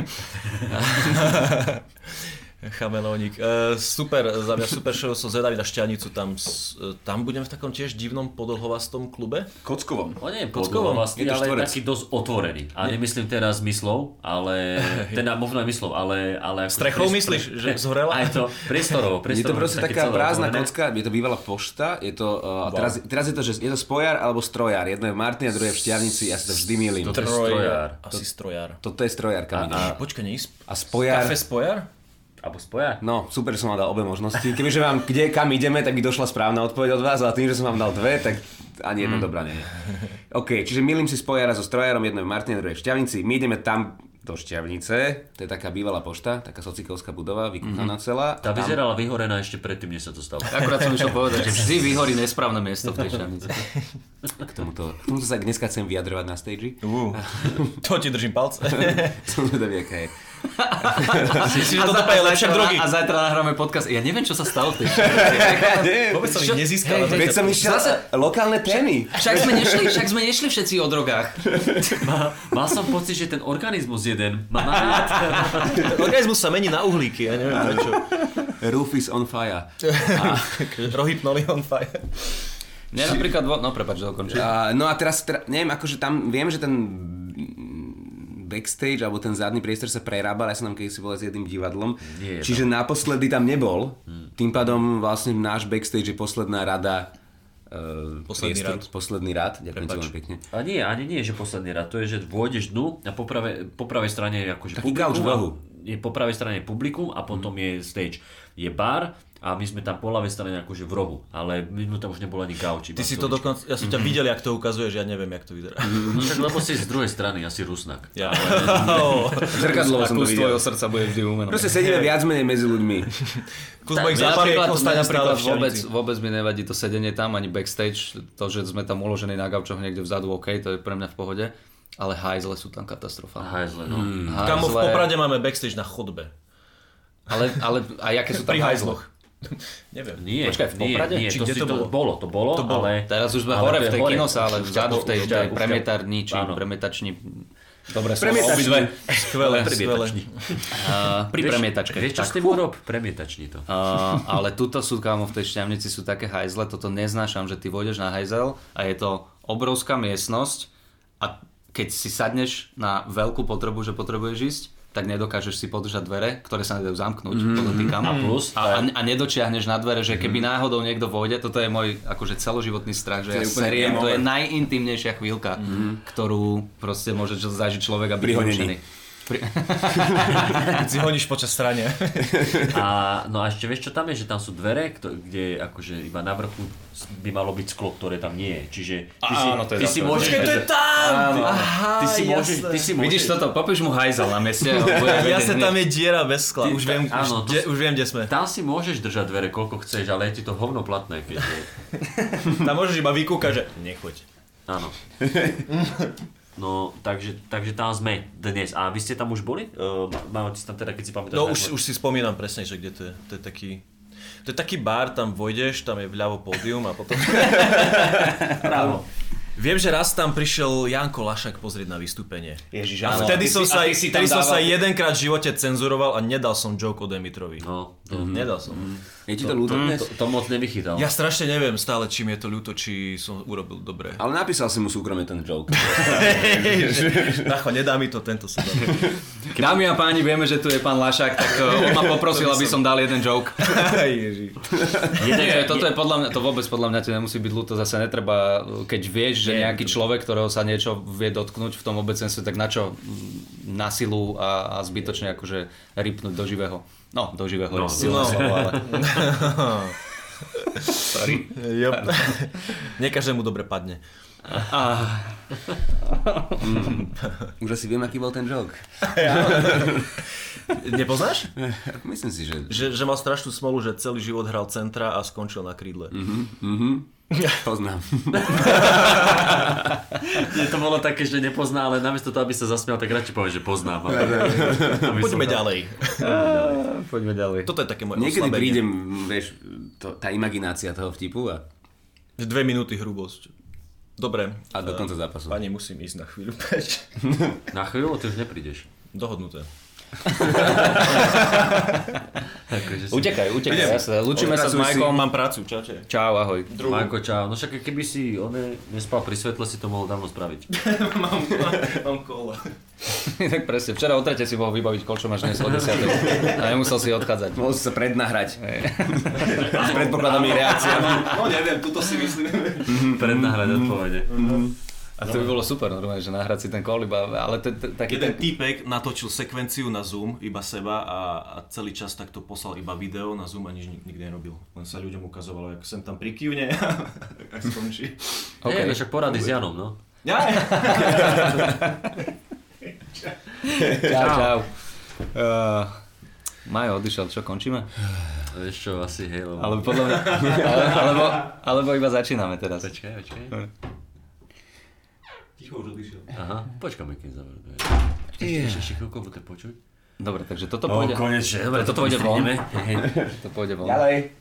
Chamelónik. Super show, som zvedavý na Šťavnicu. Tam budem v takom tiež divnom podlhovastom klube. Kockovom. On nie je podlhovastý, ale je taký dosť otvorený. A nemyslím teraz myslov, ale... Teda možno aj myslov, ale... Strechou myslíš, že zhorela? Aj to priestorovo. Je to proste taká prázdna kocka, je to bývalá pošta, je to... Teraz je to, že je to spojar alebo strojár. Jedno je v Martine a druhé v Šťavnici, ja si to vždy mýlim. Strojár. Asi strojár. Toto je strojár, kam ide. Počkaj, a spojar... Kafe spojar? Alebo spoja? No, super som vám dal obe možnosti. Kebyže vám kam ideme, tak by došla správna odpoveď od vás, ale tým, že som vám dal dve, tak ani jedna dobrá nie je. OK, čiže milím si spojara so strojárom, jedno je v Martine, druhé v Šťavnici. My ideme tam do Šťavnice, to je taká bývalá pošta, taká socikovská budova, vykúchaná celá. Tá vyzerala vyhorená ešte predtým, než sa to stalo. Akurát som išiel povedať, že vždy vyhorí nesprávne miesto v tej Šťavnici. K tomuto sa dneska chcem vyjadrovať na stage. To ti držím palce. Som zvedavý, aká je. A zajtra nahráme podcast. Ja neviem, čo sa stalo v tej Šťavnici. Vôbec som ich nezískal. Veď som išiel lokálne témy. Však sme nešli všetci o drogách. Mal som pocit, že ten organizmus jeden má nájať. Organizmus sa mení na uhlíky, ja neviem prečo. Roof is on fire. Rohypnoli on fire. Ja napríklad, no prepáč, že dokončím. No a teraz, neviem, akože tam, viem, že ten backstage, alebo ten zadný priestor sa prerábal, ja som tam kedysi bol s jedným divadlom, čiže naposledy tam nebol, tým pádom vlastne náš backstage je posledná rada. Posledný rád, ďakujem ti veľmi pekne. A nie, ani nie, že posledný rád, to je, že vôjdeš dnu a po pravej strane je akože taký gauč v rohu. Je po pravej strane publikum a potom je stage. Je bar a my sme tam po ľavej strane akože v rohu, ale my tam už nebolo ani gauč. Ty si to dokonca, ja som ťa videl, jak to ukazuješ, ja neviem, jak to vyzerá. Tak lebo si z druhej strany, asi Rusnak. Ja. Zrkadlo som to videl. Tvojho srdca bude vždy umené. Proste sedíme viac menej medzi ľuďmi. Napríklad vôbec mi nevadí to sedenie tam, ani backstage, to, že sme tam uložení na gaučoch niekde vzadu, OK, to je pre mňa v pohode. Ale hajzle sú tam katastrofálne. Hajzle, no. Kamo, v Poprade máme backstage na chodbe. Ale a jaké sú tam hajzloch? Neviem. Nie, počkaj, v Poprade? Nie, či kde to bolo? To bolo, ale... Teraz už sme hore v tej kinosále, vzadu v tej premietárni, či premietačni. Dobre, som obidve. Skvelé. Pri premietačke. Vieš, čo s tým urob? Premietačni to. Ale tuto sú, kámo, v tej Šťavnici sú také hajzle, toto neznášam, že ty vôjdeš na hajzel a je to obrovská miestnosť a keď si sadneš na veľkú potrebu, že potrebuješ ísť, tak nedokážeš si podržať dvere, ktoré sa nedajú zamknúť, podotýkam. A nedočiahneš na dvere, že keby náhodou niekto vojde, toto je môj akože celoživotný strach, že ja seriem, to je najintimnejšia chvíľka, ktorú proste môže zažiť človek a byť vyrušený. Keď si honíš počas strania. No a ešte vieš čo tam je, že tam sú dvere, kde akože iba na vrchu by malo byť sklo, ktoré tam nie je. Čiže ty si môžeš... Počkej, to je tam! Ty si môžeš... Vidíš toto, popíš mu hajzel na mieste. Jasne, tam je diera bez skla. Už viem, kde sme. Tam si môžeš držať dvere, koľko chceš, ale je ti to hovno platné. Tam môžeš iba vykúkať, že nechoď. Áno. No, takže tam sme dnes. A vy ste tam už boli? Máte tam teda, keď si pamätáš? No, už si spomínam presne, že kde to je. To je taký bar, tam vojdeš, tam je vľavo pódium a potom... Bravo. Viem, že raz tam prišiel Janko Lašák pozrieť na vystúpenie. Ježiš, áno. Vtedy som sa jedenkrát v živote cenzuroval a nedal som joke o Demitrovi. No, nedal som. Je ti to ľúto dnes? To moc nevychytal. Ja strašne neviem stále, či mi je to ľúto, či som urobil dobre. Ale napísal si mu súkromne ten joke. Nacho, nedá mi to, tento sa dá. Dámy a páni, vieme, že tu je pán Lašák, tak on ma poprosil, aby som dal jeden joke. Ježiš. Toto je podľa mňa, to vôbec podľa mňa ti nemusí byť ľúto, zase netreba, keď vieš, že nejaký človek, ktorého sa niečo vie dotknúť v tom obecenstve, tak na čo na silu a zbytočne akože ripnúť do živého. No, do živého je silné slovo, ale... Sorry. Nie každému dobre padne. Už asi viem, aký bol ten joke. Nepoznáš? Myslím si, že... Že mal strašnú smolu, že celý život hral centra a skončil na krídle. Poznám. To bolo také, že nepozná, ale namiesto toho, aby sa zasmial, tak radšej povie, že poznám. Poďme ďalej. Poďme ďalej. Toto je také moje Niekedy oslabenie. prídem, vieš, tá imaginácia toho vtipu a 2 minúty hrubosť. Dobre. A do konca zápasu. Pani, musím ísť na chvíľu preč. Na chvíľu, ty už neprídeš. Dohodnuté. Utekaj, ja sa lúčime sa s Majkom. Mám prácu, čaute. Čau, ahoj. Majko, čau. No však keby si nespal pri svetle, si to mohol dávno spraviť. Mám kola. Tak presne, včera o 3 si mohol vybaviť kolčom až dnes o 10 a nemusel si odchádzať. Mohol si sa prednahrať. S predpokladami reakciami. No neviem, tuto si myslím. Prednahrať odpovede. A to by bolo super, normálne, že nahrať si ten call iba, ale taký Jeden týpek natočil sekvenciu na Zoom, iba seba a celý čas takto poslal iba video na Zoom a nič nikdy nerobil. Len sa ľuďom ukazovalo, ako sem tam prikývne a skončí. Okay. Nie, však porady s Janom, no. Čau. Majo odišiel, čo, končíme? Vieš čo, asi hej, lebo... Alebo podľa mňa, alebo iba začíname teraz. Počkaj. Ticho už odišiel. Aha, počkáme, kým zavrú. Ešte chvíľko bude počuť. Dobre, takže toto pôjde. Konečne, dobre, toto pôjde von. To pôjde von. Ďalej.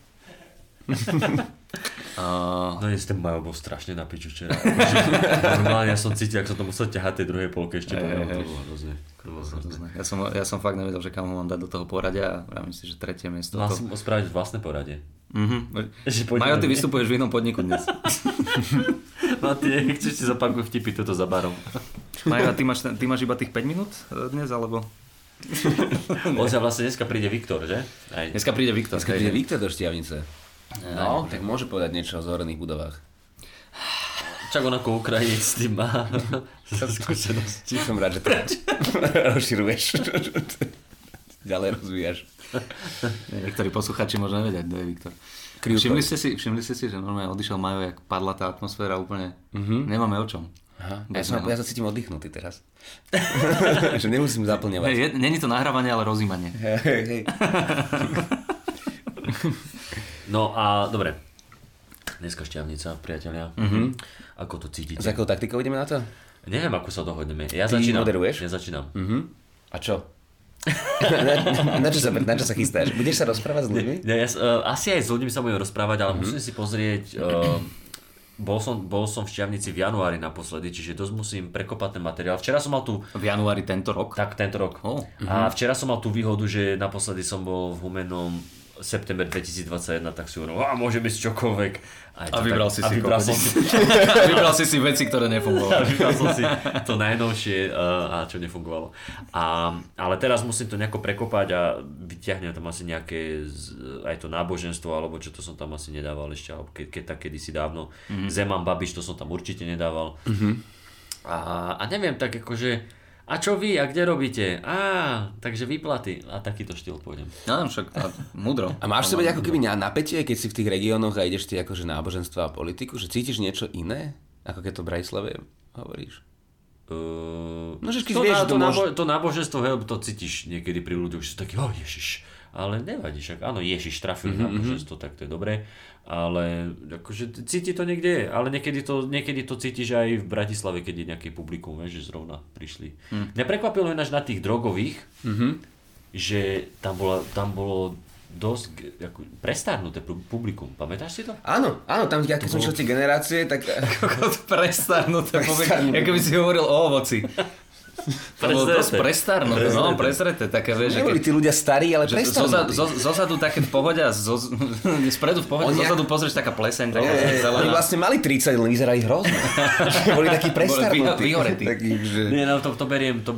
No dnes ten Majo bol strašne na piču včera. Normálne ja som cítil, ak som to musel ťahať tej druhej polke ešte. To bolo hrozne. Ja som fakt nevedel, že kam ho mám dať do toho poradia a vravím si, že 3. miesto. Mal som spraviť vlastné poradie. Majo, ty vystupuješ v inom podniku dnes. No ty nechceš si zopakuj vtipy toto za barom. Majo, a ty máš iba tých 5 minút dnes, alebo? On sa vlastne dneska príde Viktor, že? Aj. Dneska príde Viktor. Keď príde Viktor do Štiavnice. No, tak môže povedať niečo o zohorných budovách. Čak on ako Ukrajinec s tým má skúsenosti. Som rád, že to rozširuješ. Ďalej rozvíjaš. Niektorí posluchači možno nevedia, kto je Viktor. Všimli ste si, že normálne odišiel Majo, jak padla tá atmosféra úplne. Nemáme o čom. Aha, ja sa cítim oddychnutý teraz. Že nemusím zaplňovať. Není to nahrávanie, ale rozímanie. Hej. No a dobre. Dneska Štiavnica, priatelia. Ako to cítite? S akou taktikou ideme na to? Neviem, ako sa dohodneme. Ja Ty začínam. moderuješ? Ja začínam. A čo? Na čo sa chystáš? Budeš sa rozprávať s ľuďmi? Asi aj s ľuďmi sa budem rozprávať, ale musím si pozrieť... Bol som v Štiavnici v januári naposledy, čiže dosť musím prekopať ten materiál. Včera som mal tu... V januári tento rok? Tak, tento rok. A včera som mal tú výhodu, že naposledy som bol v Humennom september 2021, tak si hovoril, môžem ísť čokoľvek. A vybral si si veci, ktoré nefungovali. Vybral som si to najnovšie a čo nefungovalo. Ale teraz musím to nejako prekopať a vyťahnem tam asi nejaké aj to náboženstvo, alebo čo to som tam asi nedával ešte, alebo keď tak kedysi dávno. Zeman, Babiš, to som tam určite nedával. A neviem, tak akože... A čo vy? A kde robíte? Takže výplaty. A takýto štýl pôjdem. No, však múdro. A máš sebe ako keby napätie, keď si v tých regiónoch a ideš ty akože náboženstva a politiku, že cítiš niečo iné? Ako keď to v Bratislave hovoríš? No, že keď vieš, že to náboženstvo, to cítiš niekedy pri ľuďoch, že sú takí, Ježiš. Ale nevadí, však áno, Ježiš trafil náboženstvo, tak to je dobré. Ale akože cíti to niekde, ale niekedy to cítiš aj v Bratislave, keď je nejaké publikum, vieš, že zrovna prišli. Mňa prekvapilo ináč na tých drogových, že tam bolo dosť prestárnuté publikum. Pamätáš si to? Áno, tam keď som šiel tie generácie, tak... Prestárnuté publikum, ako by si hovoril o ovoci. To bolo dosť prestarnuté, no, prezreté, také, vieš, neboli tí ľudia starí, ale prestarnutí. Zozadu také v pohode a spredu v pohode, zozadu pozrieš taká pleseň, taká zelená. Oni vlastne mali 30, len vyzerali hrozne. Boli takí prestarnutí. Vyhoretí. Nie, no to beriem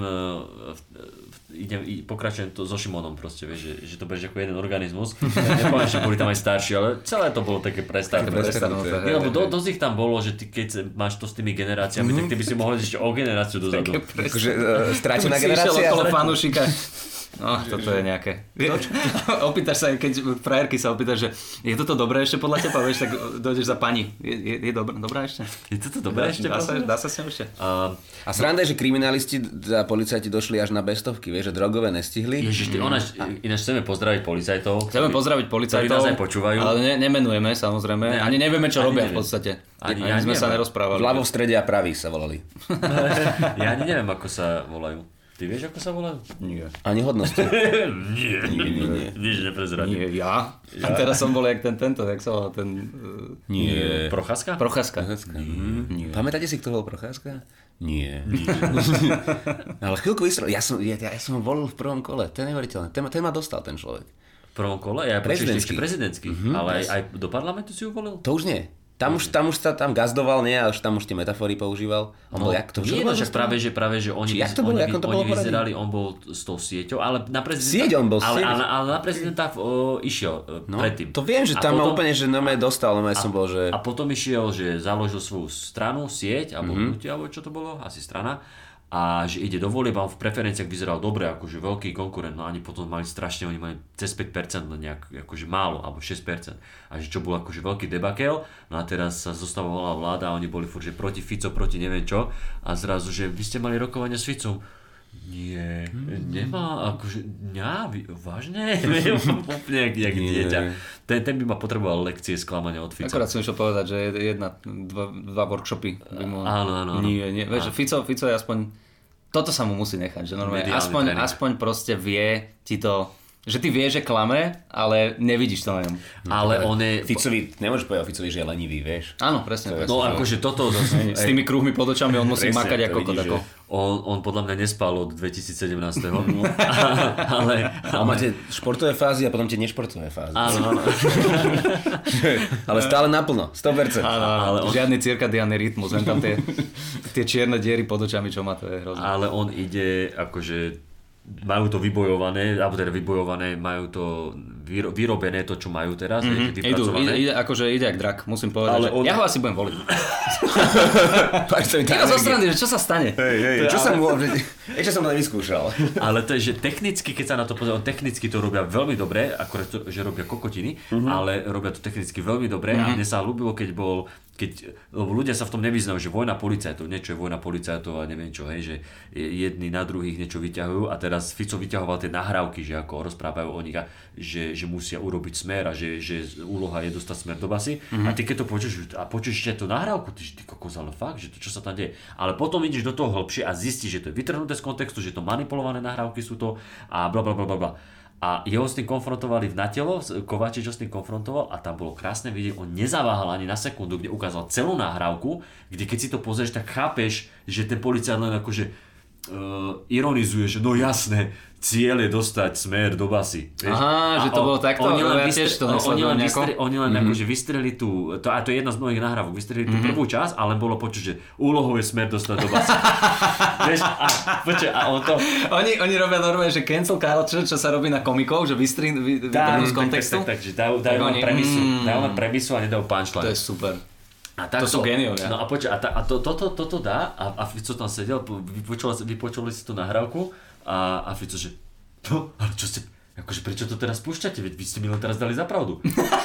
pokračujem to so Šimonom proste, vieš, že to berieš ako jeden organizmus. Nepoviem, že boli tam aj starší, ale celé to bolo také prestarnuté. Lebo dosť ich tam bolo, že ty keď máš to s tými generáciami, tak ty by si mohol ešte o generáciu dozadu. Akože strátená generácia. Si išiel okolo fanúšika. No, toto je nejaké. Opýtaš sa, keď frajerky sa opýtaš, že je toto dobré ešte podľa teba, vieš, tak dojdeš za pani. Je dobrá ešte? Je toto dobré ešte? Dá sa s ňou ešte? A sranda je, že kriminalisti a policajti došli až na bestovky, vieš, že drogové nestihli. Ježiš, ináč chceme pozdraviť policajtov. Chceme pozdraviť policajtov, ktorí nás aj počúvajú. Ale nemenujeme, samozrejme. Ani nevieme, čo robia v podstate. Ani sme sa nerozprávali. Vľavo, v strede a pravý sa volali. Ja ani neviem, ako sa volajú. Ty vieš, ako sa volajú? Nie. Ani hodnosti. Nie. Nič neprezradím. Nie, ja? A teraz som bol jak tento, jak sa volal ten... Nie. Procházka? Procházka. Nie. Pamätáte si, kto bol Procházka? Nie. Ale chvíľku vystrel. Ja som ho volil v prvom kole. To je neuveriteľné. Ten ma dostal, ten človek. V prvom kole? Ja počuť prezidentský. Ale aj do parlamentu si ho volil? To už nie. Tam gazdoval, nie, ale tam už tie metafory používal. On bol jak to? Nie, však práve, že oni vyzerali, on bol s tou sieťou, ale na prezidenta... Sieť on bol, ale na prezidenta išiel predtým. To viem, že tam potom, úplne, že dostal, som bol, že... A potom išiel, že založil svoju stranu, sieť, alebo hnutie, alebo čo to bolo, asi strana. A že ide do volieb a on v preferenciách vyzeral dobre, akože veľký konkurent, no ani potom mali strašne, oni mali cez 5%, len nejak, akože málo, alebo 6%. A že čo bol akože veľký debakel, no a teraz sa zostavovala vláda a oni boli furt, že proti Fico, proti neviem čo, a zrazu, že vy ste mali rokovanie s Ficom. Nie, nemá, akože, vážne? Úplne jak dieťa. Ten by ma potreboval lekcie sklamania od Fica. Akorát som išiel povedať, že dva workshopy by mu... Áno. Nie. Vieš, Fico je aspoň... Toto sa mu musí nechať, že normálne aspoň proste vie ti to... Že ty vieš, že klame, ale nevidíš to na ňom. Ale on je... Ficovi, nemôžeš povedať o Ficovi, že je lenivý, vieš? Áno, presne. No akože toto... S tými krúhmi pod očami on musí makať ako kodako. On podľa mňa nespal od 2017. ale máte športové fázy a potom tie nešportové fázy. Áno. Ale stále naplno, 100%. Áno. Žiadny cirkadiánny rytmus, len tam tie čierne diery pod očami, čo má, to je hrozné. Ale on ide akože... Majú to vybojované, majú to vyrobené to, čo majú teraz. Ide jak drak, musím povedať, že ja ho asi budem voliť. Ja zo strany, že čo sa stane? Ešte som to nevyskúšal. Ale to je, že technicky, keď sa na to pozerám, technicky to robia veľmi dobre, akorát to, že robia kokotiny, ale robia to technicky veľmi dobre a mne sa ľúbilo, lebo ľudia sa v tom nevyznajú, že vojna policajtov, niečo je vojna policajtov a neviem čo, hej, že jedni na druhých niečo vyťahujú a teraz Fico vyťahoval tie nahrávky, že ako rozprávajú o nich a že musia urobiť smer a že úloha je dostať smer do basy a ty keď to počuješ ešte tú nahrávku, ty kokos, ale fakt, že to čo sa tam deje, ale potom ideš do toho hlbšie a zistíš, že to je vytrhnuté z kontextu, že to manipulované nahrávky sú to a blablabla. A jeho s tým konfrontovali v Natelo, Kovačič ho s tým konfrontoval a tam bolo krásne vidieť, on nezaváhal ani na sekundu, kde ukázal celú nahrávku, kde keď si to pozrieš, tak chápeš, že ten policajt len akože ironizuje, že no jasné, cieľ je dostať smer do basy. Vieš? Aha, že to bolo takto? Oni len akože vystrelili tú, a to je jedna z mnohých nahrávok, vystrelili tú prvú časť, ale bolo počuť, že úlohou je smer dostať do basy. Vieš, a on to... Oni robia normálne, že cancel culture, čo sa robí na komikov, že vystrelili z kontextu. Takže dajú len premisu a nedajú punchline. To je super. To sú géniovia. No a počkaj, a toto dá a Fico tam sedel, vypočuli si tú nahrávku a Fico, že no, ale čo ste, akože prečo to teraz púšťate, veď vy ste mi len teraz dali za pravdu.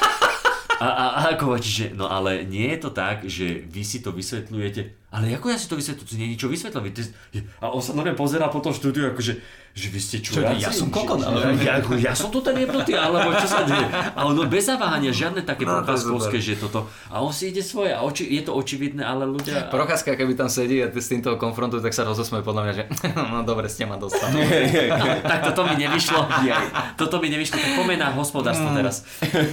A Kovačič, že no ale nie je to tak, že vy si to vysvetľujete, ale ako ja si to vysvetľujem, to nie je ničo vysvetľovať. A on sa normálne pozerá po tom štúdiu, akože, že vy ste čuráci. Ja som kokon, ale... Ja som tu ten jebnutý, alebo čo sa deje. A on bez zaváhania, žiadne také prokázkovské, že toto. A on si ide svoje, a je to očividné, ale ľudia... Procházka, keby tam sedí a s týmto konfrontujú, tak sa rozosmeje podľa mňa, že no dobre, ste ma dostali. Tak toto mi nevyšlo. Tak poďme na hospodárstvo teraz.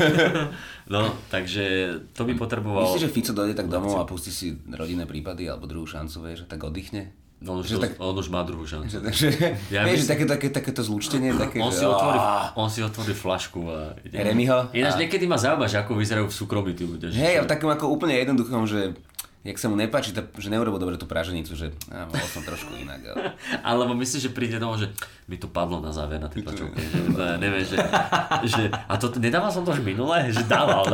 No, takže to by potreboval... Myslíš, že Fico dojde tak domov a pustí si rodinné prípady alebo druhú šancu, vieš, a tak oddychne? On už má druhú šancu. Vieš, takéto zlúčtenie, také, on si otvorí flašku a... Remiho. Ináč niekedy ma zaujíma, že ako vyzerajú v súkromí tí ľudia. Hej, takom ako úplne jednoduchom, že jak sa mu nepáči, že neurobil dobre tú praženicu, že mohol som trošku inak. Alebo myslíš, že príde domov, že mi to padlo na záver na tej tlačovke, že neviem, že a to nedával som to už minule, že dával.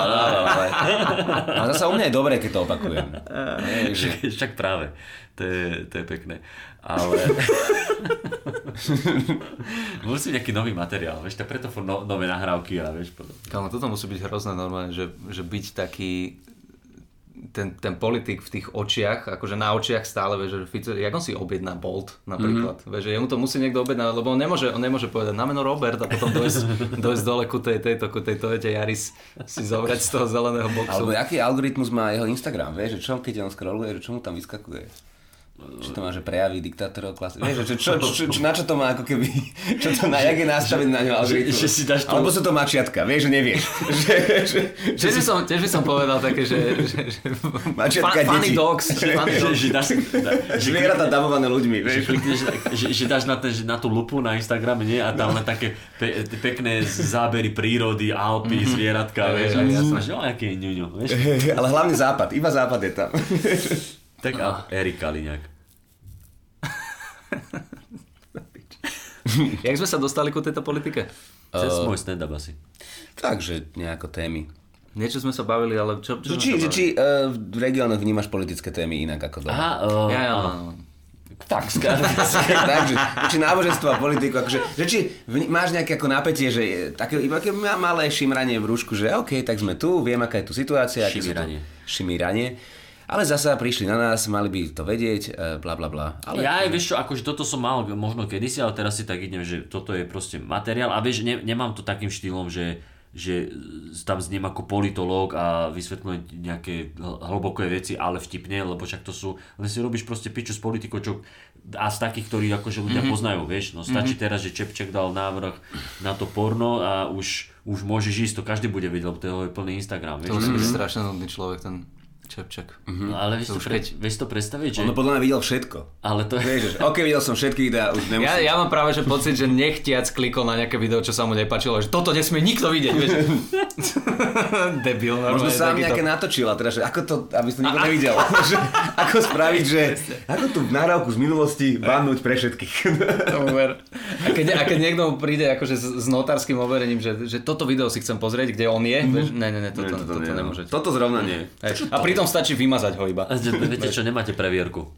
A zase u mňa je dobré, keď to opakujem. Však práve, to je pekné, ale Musí nejaký nový materiál, vieš, tak preto nové nahrávky a vieš. Kámo, toto musí byť hrozné normálne, že byť taký ten politik v tých očiach, akože na očiach stále, vieš, že Fico, jak on si objedná Bolt napríklad, vieš, že jemu to musí niekto objednať, lebo on nemôže povedať na meno Robert a potom dojsť dole ku tejto Toyota Yaris si zobrať z toho zeleného boxu. Alebo aký algoritmus má jeho Instagram, vieš, že čo keď on scrolluje, že čo mu tam vyskakuje? Či to má, že prejavy diktátorov klasy. Vieš, na čo to má ako keby, čo to na, jak je nastavený na ňo algoritmus. Alebo sú to mačiatka, vieš, že nevieš. Tiež by som povedal také, že mačiatka funny deti. dogs. Zvieratá dabované ľuďmi, vieš. Že dáš na tú lupu na Instagrame, nie? A tam len také pekné zábery prírody, Alpy, zvieratka, vieš. A jasné, že aký je ňuňo, vieš. Ale hlavne západ, iba západ je tam. Tak a Erik Kaliňák. Jak sme sa dostali ku tejto politike? Cez môj stand-up asi. Takže nejako témy. Niečo sme sa bavili, ale čo Či v regiónoch vnímaš politické témy inak ako doma? Aha, áno. Tak, takže, či náboženstvo a politiku, akože, že či máš nejaké ako napätie, že také iba malé šimranie v brúšku, že OK, tak sme tu, viem, aká je tu situácia. Šimíranie. Ale zasa prišli na nás, mali by to vedieť, bla bla bla. Ale... Ja aj vieš čo, akože toto som mal možno kedysi, ale teraz si tak idem, že toto je proste materiál a vieš, nemám to takým štýlom, že tam zniem ako politológ a vysvetľujem nejaké hlboké veci, ale vtipne, lebo však to sú, len si robíš proste piču s politikou, a z takých, ktorí akože ľudia poznajú, vieš, no stačí teraz, že Čepček dal návrh na to porno a už môžeš ísť, to každý bude vedieť, lebo to je plný Instagram, vieš. To musí byť strašne nudný človek, ten Čepček. No, ale vieš to predstaviť, že... On podľa mňa videl všetko. Ale to je... OK, videl som všetky videá, už nemusím. Ja mám práve že pocit, že nechtiac klikol na nejaké video, čo sa mu nepáčilo, že toto nesmie nikto vidieť, vieš. Debil. Možno sám nejaké natočila, teda, že ako to, aby to nikto nevidel. Ako spraviť, že... Ako tú nahrávku z minulosti bannúť pre všetkých. A keď niekto príde akože s notárskym overením, že toto video si chcem pozrieť, kde on je, vieš, ne, toto nemôžete. Toto zrovna nie. A pritom stačí vymazať ho iba. Viete čo, nemáte previerku.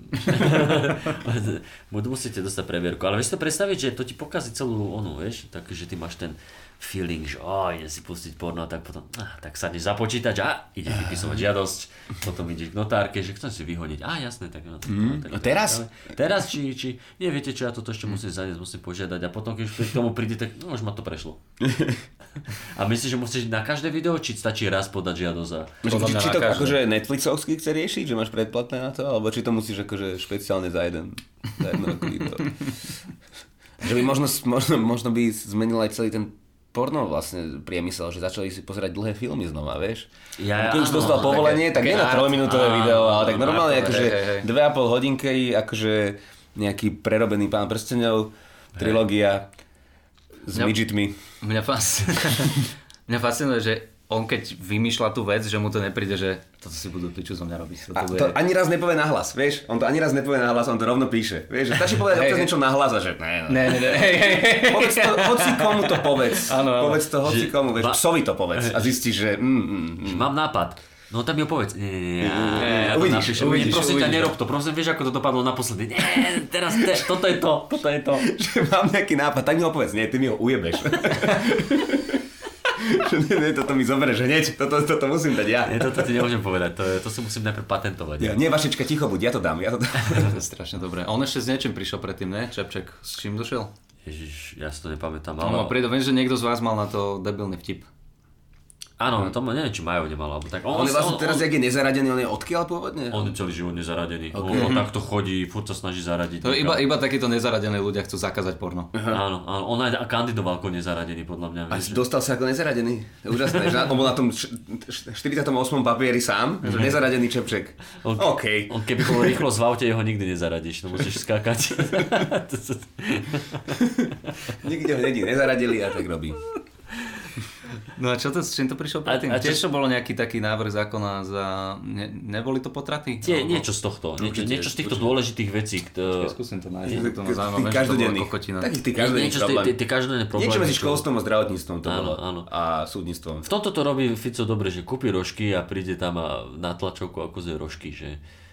Musíte dostať previerku. Ale vieš to predstaviť, že to ti pokazí celú onu, vieš? Takže ty máš ten feeling, že idem si pustiť porno, tak potom tak sadneš za počítač a ideš vypisovať žiadosť, potom ideš k notárke, že chcem si vyhodiť. Jasné, tak no. Teraz? Teraz či nie, viete čo, ja toto ešte musím zaniesť, musím požiadať a potom keď k tomu príde, tak už ma to prešlo. A myslíš, že musíš na každé video, či stačí raz podať žiadosť? Či to akože Netflixovský chce riešiť, že máš predplatné na to, alebo či to musíš akože špeciálne za jedno video. Že by možno by zmenil aj celý ten porno vlastne priemysel, že začali si pozerať dlhé filmy znova, vieš? Keď už dostal povolenie, tak nie na 3-minútové video, ale tak normálne akože 2,5 hodinky, akože nejaký prerobený Pán prstenov, trilógia s midgetmi. Mňa fascinuje, že on keď vymýšľa tú vec, že mu to nepríde, že toto si budú piču zo mňa robiť. To ani raz nepovie nahlas, vieš? On to ani raz nepovie nahlas, on to rovno píše. Vieš, že stačí povedať občas niečo nahlas a že ne. Povedz to, hoci komu to povedz. Áno. Povedz to hoci komu, vieš, psovi to povedz a zistíš, že... Mám nápad. No tam mi ho povedz. Ja uvidíš. Prosím ťa, nerob to. Prosím, vieš, ako to dopadlo naposledy. Nie, teraz toto je to. Že mám nejaký nápad, tak mi ho povedz. Nie, ty mi ho ujebeš. Nie, toto mi zoberieš hneď, toto musím dať ja. Nie, toto ti nemôžem povedať, to si musím najprv patentovať. Ja. Nie, Vašečka, ticho buď, ja to dám. To je strašne dobré. On ešte s niečím prišiel predtým, ne? Čepček, s čím došiel? Ježiš, ja si to nepamätám, ale... No, viem, že niekto z vás mal na to debilný vtip. Áno, to neviem, či Majo nemal, alebo tak. On je vlastne teraz, jak je nezaradený, on je odkiaľ pôvodne? On je celý život nezaradený. Okay. On takto chodí, furt sa snaží zaradiť. To iba takíto nezaradení ľudia chcú zakázať porno. Áno, on aj kandidoval ako nezaradený, podľa mňa. A dostal sa ako nezaradený. Úžasné, že on bol na tom 48. papieri sám, že nezaradený Čepček. OK. On keby bol rýchlo v aute, jeho nikdy nezaradíš, no musíš skákať. Nikde ho nezaradili a tak robí. No a s čím to prišiel predtým? Tiež to bolo nejaký taký návrh zákona za... Neboli to potraty? Niečo z tohto. Niečo z týchto dôležitých vecí. Skúsim to nájsť. To ma zaujímavé, že to bola kokotina. Takých každodenných problémy. Niečo medzi školstvom a zdravotníctvom to bolo. A súdnictvom. V tomto to robí Fico dobre, že kúpi rožky a príde tam na tlačovku ako zje rožky, že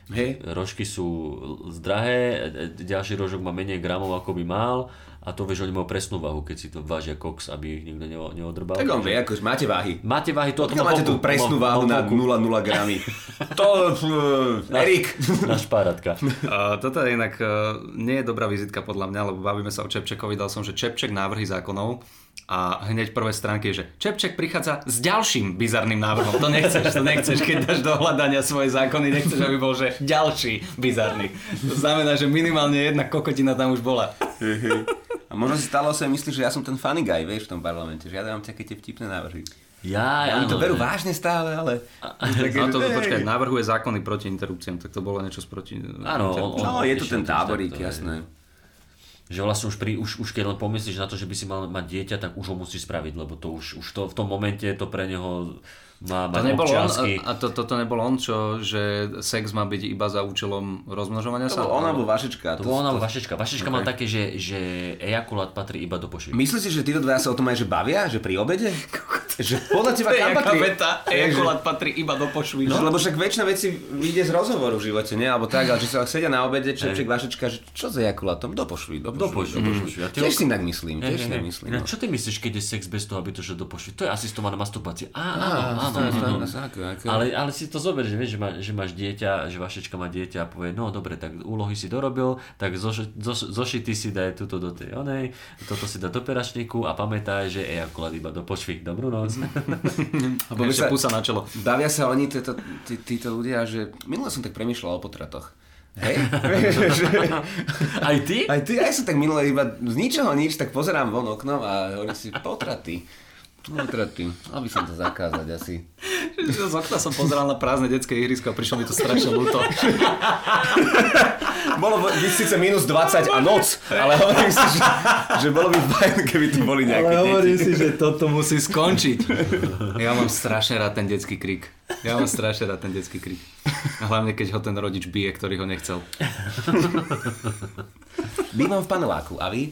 Hej. Rožky sú drahé, ďalší rožok má menej gramov, ako by mal a to vieš, oni majú presnú váhu, keď si to vážia koks, aby ich nikto neodrbal. Tak on vie, akože máte váhy. Máte váhy, to Odkiaľ máte tú presnú váhu na 0,0 gramy? To... Erik! Na špáratka. Toto je inak nie je dobrá vizitka podľa mňa, lebo bavíme sa o Čepčekovi, dal som, že Čepček návrhy zákonov a hneď prvé stránky je, že Čepček prichádza s ďalším bizarným návrhom. To nechceš, keď dáš do hľadania svoje zákony, nechceš, aby bol, že ďalší bizarný. To znamená, že minimálne jedna kokotina tam už bola. A možno si stále sa myslíš, že ja som ten funny guy, vieš, v tom parlamente, že ja dávam také tie vtipné návrhy. Oni to berú vážne stále, ale... Počkaj, návrhuje zákony proti interrupciám, tak to bolo niečo proti... Áno, je tu ten táborík, jasné. Že vlastne už keď len pomyslíš na to, že by si mal mať dieťa, tak už ho musíš spraviť, lebo to už to v tom momente to pre neho má mať občiansky. Toto nebol on, že sex má byť iba za účelom rozmnožovania sa? To bol on alebo Vašečka. To bol on alebo Vašečka. Vašečka má také, že ejakulát patrí iba do pošvy. Myslíš si, že títo dvaja sa o tom aj že bavia? Že pri obede? Že podľa teba kam patrí? Ejakulát patrí iba do pošvy. No? Lebo však väčšina vecí vyjde z rozhovoru v živote, nie? Alebo tak, ale že sa sedia na obede, Čepček, Vašečka, že čo s ejakulátom? Do pošvy. Tiež si tak myslím. Čo ty myslíš, keď je sex bez toho, aby to šlo do pošvy? To je asistovaná masturbácia. Áno. Ale si to zober, že vieš, že máš dieťa, že Vašečka má dieťa a povie, no dobre, tak úlohy si dorobil, tak zošity si daj túto do tej onej, toto si dá do peračníku a pamätaj, že ejakulát iba do pošvy. Dobrú noc. Ešte pusa na čelo. Bavia sa oni, títo ľudia, že minule som tak premýšľal o potratoch. Hej? Aj ty? Aj som tak minule iba z ničoho nič, tak pozerám von oknom a hovorím si, potraty. Mal by som to zakázať asi. Z okna som pozeral na prázdne detské ihrisko a prišlo mi to strašne ľúto. Bolo by síce minus 20 a noc, ale hovorím si, že bolo by fajn, keby tu boli nejaké deti. Ale hovorím si, že toto musí skončiť. Ja mám strašne rád ten detský krik. A hlavne, keď ho ten rodič bije, ktorý ho nechcel. Bývam v paneláku, a vy?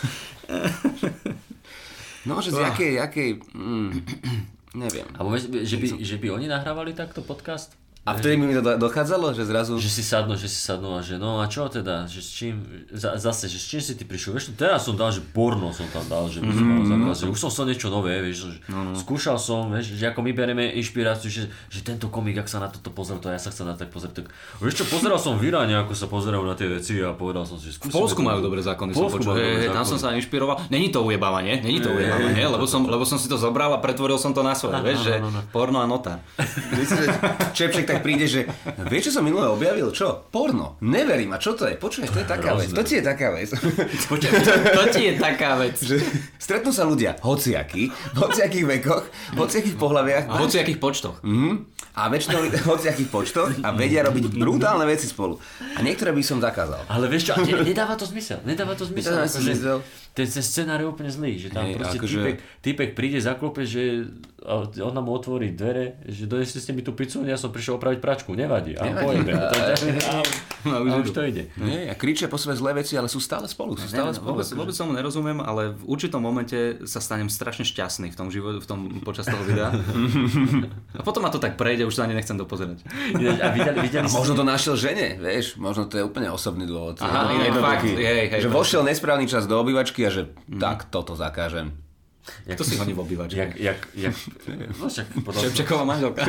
No, že z jakej neviem. Alebo že by oni nahrávali takto podcast? A vtedy mi to dochádzalo, že zrazu... Že si sadnú a že no a čo teda, že s čím, zase, že s čím si ty prišiel, vieš, teraz som dal, že porno som tam dal, že by som mal zákaz, že už som niečo nové, vieš, skúšal som, vieš, že ako my bereme inšpiráciu, že tento komik, ak sa na toto pozrel, to ja sa chcem na tak pozrieť, tak vieš čo, pozeral som v Iráne, ako sa pozerajú na tie veci a povedal som si, skúsim. V Poľsku majú dobré zákony, som počul, tam som sa inšpiroval, není to ujebávanie, lebo som si to zobral a pretvoril som to na svoje, vieš, že porno a nota. Čepček tak príde, že vieš, čo som minulé objavil? Čo? Porno. Neverím. A čo to je? Počúvaj, to je taká vec. To ti je taká vec. To ti je taká vec. Stretnú sa ľudia hociakí, v hociakých vekoch, v hociakých pohľaviach. A v hociakých počtoch. A väčšinou v hociakých počtoch a vedia robiť brutálne veci spolu. A niektoré by som zakázal. Ale vieš čo, nedáva to zmysel. Ten scenár je úplne zlý, že tam proste týpek príde, zaklope, že ona mu otvorí dvere, že donesli ste mi tú pizzu, ja som prišiel opraviť pračku, nevadí. A pojeme. A už to ide. Nie, a kričia po sebe zlé veci, ale sú stále spolu. Vôbec tomu nerozumiem, ale v určitom momente sa stanem strašne šťastný v tom počas toho videa. A potom ma to tak prejde, už sa ani nechcem dopozerať. A možno to našiel žene, vieš, možno to je úplne osobný dôvod. Aha, fakt, že vošiel nesprávny čas do obývačky a že tak toto zakážem. To si honí v obývačke. Čepčeková manželka.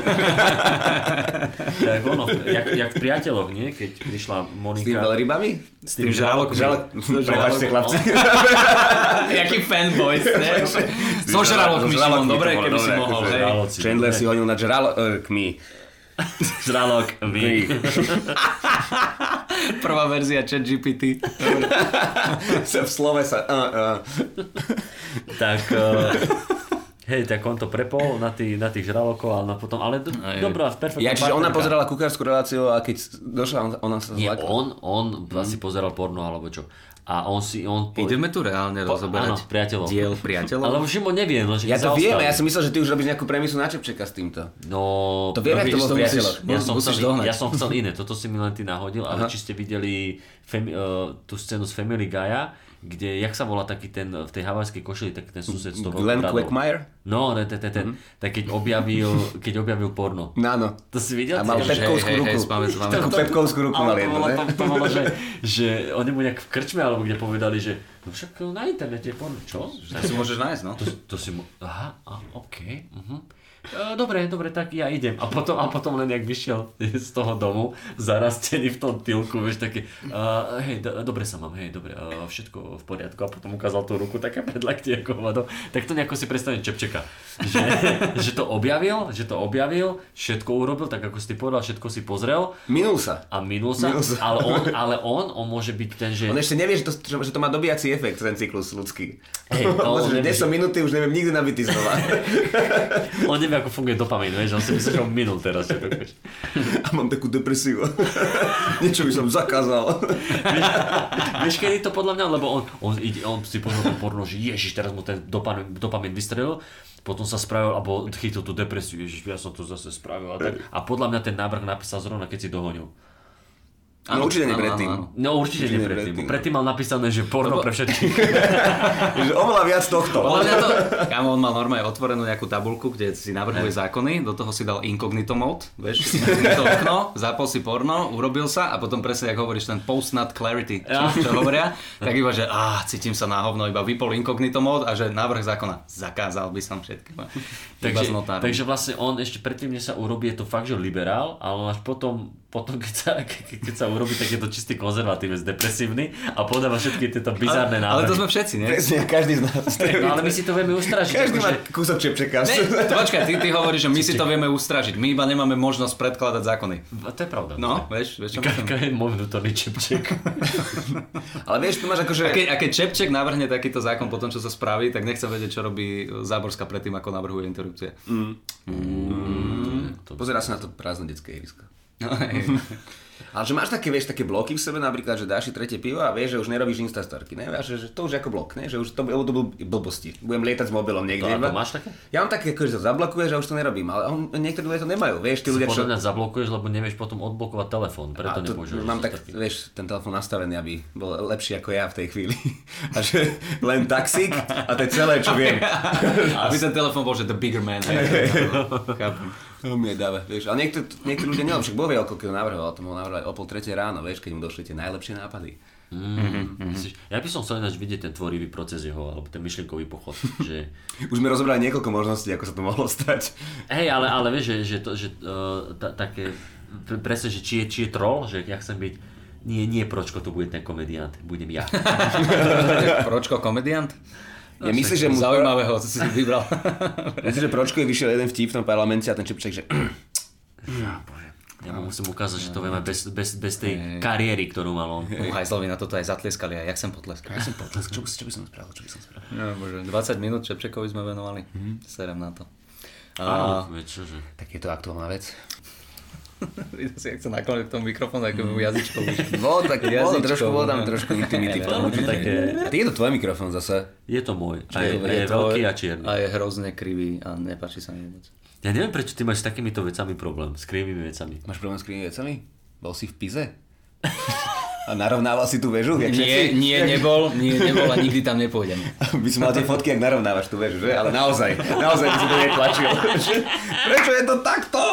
Jak v Priateľoch, nie? Keď prišla Monika... S tým veľrybami? S tým žralokom. Prepáčte, chlapci. Jaký fanboy, ne? So žralokmi, Šimon, dobre, keby si mohol. Chandler si honil na žralokmi. Žralokmi. Prvá verzia ChatGPT. V slove sa... Tak... Hej, tak on to prepol na tých žralokov, ale potom, ale dobrá, v perfektnom partnerka. Čiže ona pozerala kuchárskú reláciu a keď došla, ona sa zlakla. Nie, on asi pozeral porno, alebo čo. A ideme tu reálne rozoberať diel Priateľov. Ale už Šimon nevie. No, ja to viem, ja som myslel, že ty už robíš nejakú premisu na Čepčeka s týmto. No... To viem, jak to bolo v Priateľoch. Ja som chcel iné, toto si mi len ty nahodil, ale či ste videli tú scénu z Family Guy'a, kde, jak sa volá taký ten, v tej havajskej košeli, taký ten sused z toho Glenn Quagmire? No, tak keď objavil porno. Áno. To si videl? A mal pepkovskú ruku. Takú pepkovskú ruku mal jedno, ne? To bolo, že oni mu nejak v krčme, alebo kde povedali, že no však na internete je porno. Čo? To si môžeš nájsť, no. Aha, okej. Dobre, tak ja idem. A potom len jak vyšiel z toho domu, zarastený v tom tylku, vieš, také, hej, dobre sa mám, hej, dobre, všetko v poriadku. A potom ukázal tú ruku, taká predlaktie ako hovado. Tak to nejako si predstavím Čepčeka. Že to objavil, všetko urobil, tak ako si ty povedal, všetko si pozrel. Minul sa. Ale on môže byť ten, že... On ešte nevie, že to má dobíjací efekt, ten cyklus ľudský. Hej, On 10 minúty už neviem nikdy nabitý znova. On nevie, ako funguje dopamín, vieš, on si myslí, že on minul teraz. A mám takú depresiu. Niečo by som zakázal. Vieš, kedy to podľa mňa, lebo on si pozrel to porno, že ježiš, teraz mu ten dopamín vystrelil, potom sa spravil, alebo chytil tú depresiu, ježiš, ja som to zase spravil. A podľa mňa ten návrh napísal zrovna, keď si dohonil. No určite nie predtým. No určite nie predtým. Predtým mal napísané, že porno pre všetkých. Že oveľa viac tohto. Kámo, on mal normálne otvorenú nejakú tabuľku, kde si navrhuje zákony, do toho si dal incognito mode, vieš, incognito okno, zapol si porno, urobil sa a potom presne, ako hovoríš, ten post-nut clarity, čo hovoria, tak iba, že cítim sa na hovno, iba vypol incognito mode a že návrh zákona, zakázal by som všetko. Takže vlastne on ešte predtým, než sa urobí, je to fakt, že liberál, ale až potom keď sa urobí, tak je to čistý konzervatívec, depresívny a podáva všetky tieto bizárne návrhy. Ale to sme všetci, nie? Presne, každý z nás. No, ale my si to vieme ustražiť. Každý má kúsok Čepčeka. Počkaj, ty hovoríš, že my si to vieme ustražiť. My iba nemáme možnosť predkladať zákony. To je pravda. No, vieš čo myslím? Je môj vnútorný Čepček. Ale vieš, tu máš akože... A keď Čepček navrhne takýto zákon po tom, čo sa spraví, tak nechcem vedieť, čo robí Záborská predtým, ako navrhuje interrupcie. Pozerá sa na to prázdne detské ihrisko. Ale že máš také, vieš, také bloky v sebe, napríklad, že dáš si tretie pivo a vieš, že už nerobíš instastorky, ne? A že to už je ako blok, ne? Že už to budú blbosti. Budem lietať s mobilom niekde. A to máš také? Ja mám také, že to zablokuješ a už to nerobím, ale niektorí ľudia to nemajú, vieš, tí ľudia, čo... Podľa mňa zablokuješ, lebo nevieš potom odblokovať telefón, preto nepoužívaš. Mám tak, vieš, ten telefón nastavený, aby bol lepší ako ja v tej chvíli. A že len taxík a to je celé, čo viem. Aby ten telefón bol, že the bigger man. No mi dáva, vieš, ale niektorí ľudia neviem, však Boh vie, keď ho navrhoval, to mohol navrhovať o 2:30 ráno, vieš, keď mu došli tie najlepšie nápady. Ja by som chcel ináč vidieť ten tvorivý proces jeho, alebo ten myšlienkový pochod. Že... Už sme rozobrali niekoľko možností, ako sa to mohlo stať. Hej, ale vieš, že také, presne, že či je troll, že ja chcem byť, nie Pročko, to bude ten komediant, budem ja. Pročko komediant? Ja myslím, že mu... Zaujímavého si vybral. Myslím, že Pročkovi vyšiel jeden vtip v tom parlamente a ten Čepček, že... Ja mu musím ukázať, že to vieme bez tej kariéry, ktorú mal on. Hajzlovi na toto aj zatlieskali a jak som potleskal. Čo by som spravil? No, bože, 20 minút Čepčekovi sme venovali. Serem na to. Čože? Tak je to aktuálna vec. Videl si, jak sa naklonil k tomu mikrofónu, ako mu jazyčkou vyšlo. Bolo tam trošku intimity. A ty je to tvoj mikrofón zase? Je to môj. A je veľký a čierny. A je hrozne krivý a nepáči sa mi vôbec. Ja neviem, prečo ty máš s takýmito vecami problém, s krivými vecami. Máš problém s krivými vecami? Bol si v Pize? A narovnával si tú väžu? Nie, nebol a nikdy tam nepôjdem. By som mal tie fotky, ak narovnávaš tú väžu, že? Ale naozaj by si to netlačil. Prečo je to takto?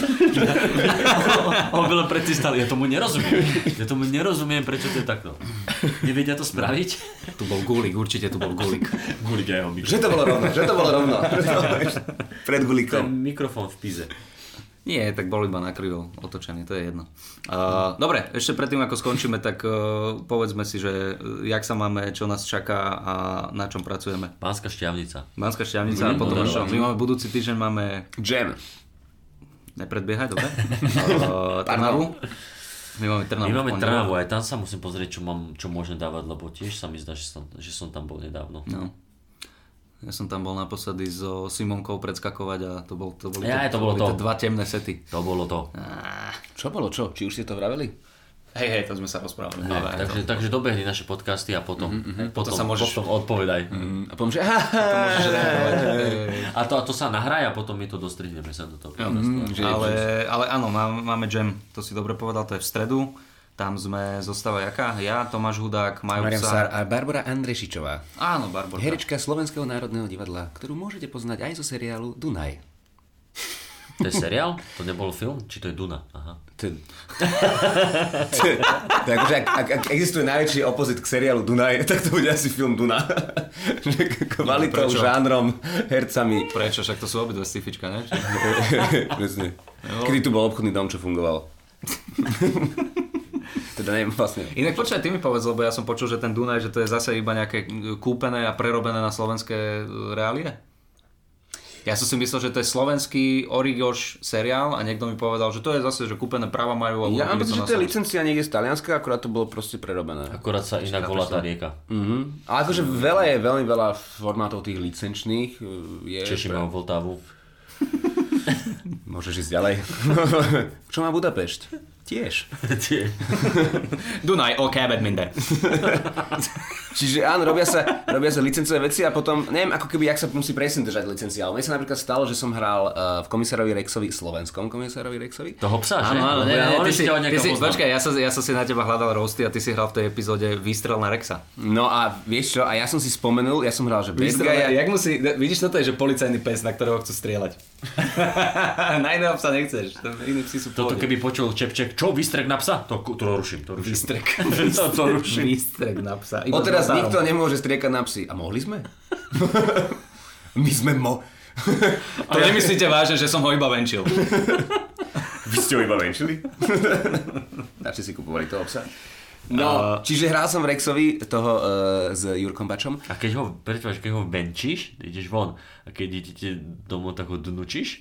On bol predtým stále, ja tomu nerozumiem, prečo to je takto. Nevedia to spraviť? Tu bol Gulik, určite tu bol Gulik. Gulik aj jeho mikrofón. Že to bolo rovno. Pred Gulikom. Ten mikrofón v Pize. Nie, tak bol iba nakrivo otočený, to je jedno. Dobre, ešte predtým ako skončíme, tak povedzme si, že jak sa máme, čo nás čaká a na čom pracujeme. Banská Štiavnica a potom čo? My máme budúci týždeň máme... Jam. Nepredbiehaj, dobre? Trnavu. My máme Trnavu, aj tam sa musím pozrieť, čo môžem dávať, lebo tiež sa mi zdá, že som tam bol nedávno. No. Ja som tam bol naposledy so Simonkou predskakovať a to boli to dva temné sety. To bolo to. Čo bolo čo? Či už ste to vraveli? Hej, to sme sa rozprávali. Takže dobehni naše podcasty a potom odpovedaj. A potom, že... A to sa nahraje a potom my to dostrihneme sa do toho. Ale áno, máme jam, to si dobre povedal, to je v stredu. Tam zostáva jaká? Ja, Tomáš Hudák, Majú Marian Psa. Sár a Barbora Andrešičová. Áno, Barborka. Herečka Slovenského národného divadla, ktorú môžete poznať aj zo seriálu Dunaj. To je seriál? To nebol film? Či to je Duna? Aha. Takže ak existuje najväčší opozit k seriálu Dunaj, tak to bude asi film Duna. Kvalitou, žánrom, hercami. Prečo? Však to sú obidve sci-fička, ne? Presne. Kedy tu bol obchodný dom, čo fungoval? Teda neviem vlastne. Inak počkaj, ty mi povedz, lebo ja som počul, že ten Dunaj, že to je zase iba nejaké kúpené a prerobené na slovenské reálie. Ja som si myslel, že to je slovenský Origoš seriál a niekto mi povedal, že to je zase, že kúpené práva majú. Ja mám pocit, že to je licencia niekde z Talianska, akurát to bolo proste prerobené. Akurát sa inak volá tá rieka. Ale akože veľmi veľa formátov tých licenčných je... Češi majú Vltavu. Môžeš ísť ďalej. Čo má Budapešť? Tiež. Dunaj, OK, badminton. Čiže áno, robia sa licencové veci a potom, neviem, ako keby, jak sa musí presne držať licencia. Ale mne sa napríklad stalo, že som hral v komisárovi Rexovi, slovenskom komisárovi Rexovi. Toho psa, že? Áno, počkaj, ja som si na teba hľadal roasty a ty si hral v tej epizóde Výstrel na Rexa. No a vieš čo, a ja som si spomenul, ja som hral, že vidíš, toto je, že policajný pes, na ktorého chcú strieľať. Na iného psa nechceš, iní psi sú Toto keby počul Čepček, čo, výstrek na psa? To ruším. Výstrek. To ruším. Výstrek na psa. Odteraz nikto nemôže striekať na psy. A mohli sme? My sme To nemyslíte vážne, že som ho iba venčil. Vy ste ho iba venčili? Radšej si kupovali toho psa. No, čiže hral som v Rexovi toho s Jurkom Bačom. A keď ho venčíš, ideš von. A keď idete domov, tak ho dnučíš?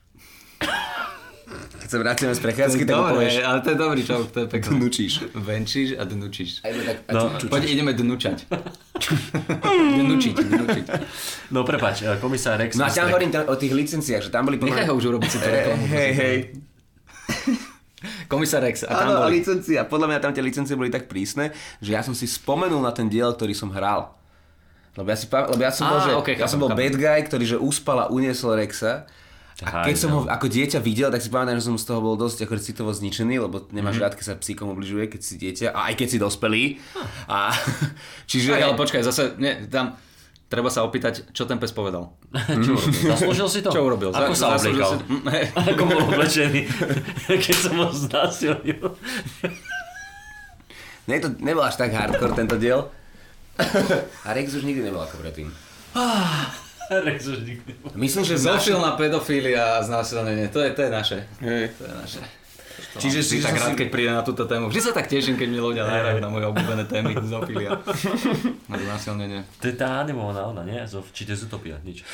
Keď sa vrátime z prechádzky, tak ho povieš. Ale to je dobrý čovok, to je pekné. Dnučíš. Venčíš a dnučíš. Poď ideme dnučať. Dnučiť. No prepáč, komisár Rex. No a ťa hovorím o tých licenciách, že tam boli... Nechaj ho už urobiť si to reklamu. Hej. Komisár Rex. A tam Áno, boli... licencia. Podľa mňa tam tie licencie boli tak prísne, že ja som si spomenul na ten diel, ktorý som hral. Lebo ja som bol bad guy, ktorý že uspal a uniesol Rexa. A keď som ho ako dieťa videl, tak si pamätám, že som z toho bol dosť ako citovo zničený, lebo nemáš rád, keď sa psíkom ubližuje, keď si dieťa, a aj keď si dospelý. A čiže... Ale počkaj, zase, tam treba sa opýtať, čo ten pes povedal. Čo urobil? Zaslúžil si to? Čo urobil? Ako sa obliekal? Ako bol oblečený? Keď som ho znásilnil. To nebol až tak hardcore tento diel. A Rex už nikdy nebol ako predtým. Rex už nikdy nebol. Myslím, že Zofilná pedofília a znásilnenie, to je naše. Hej. To je naše. Čiže si tak rád, keď príde na túto tému. Vždy sa tak teším, keď mi ľudia nahrajú na moje obľúbené témy. Zofilia. A znásilnenie. To je tá animovaná ona, nie? Či to je Zootopia? Nič.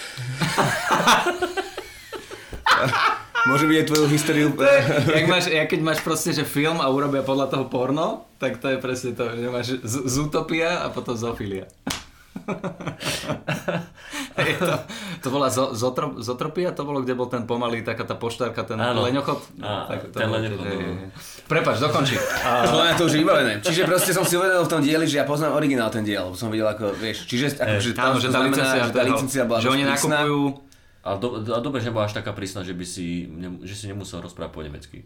Môže byť aj tvoju históriu. Keď máš proste, že film a urobia podľa toho porno, tak to je presne to, že máš Zootopia a potom Zofilia. To bola Zotropia, to bolo, kde bol ten pomalý, taká tá poštárka, ten leňochod. Ten leňochod. Prepáč, dokončí. Podľa mňa to už je vybavené. Čiže proste som si uvedomil v tom dieli, že ja poznám originál ten diel, lebo som videl ako, vieš, čiže akože tam že tá licencia bola že oni nakupujú. A dobre, že bola až taká prísna, že si nemusel rozprávať po nemecky.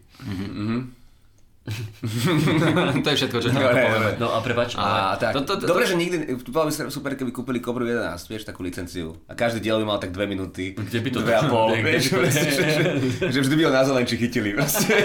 To je všetko, čo tam povieme. No a prepáč. Dobre, že nikdy, bolo by super, keby kúpili Kobru 11, vieš, takú licenciu. A každý diel by mal tak 2 minúty. Kde by to 2,5, vieš, že vždy by ho na zelenči chytili.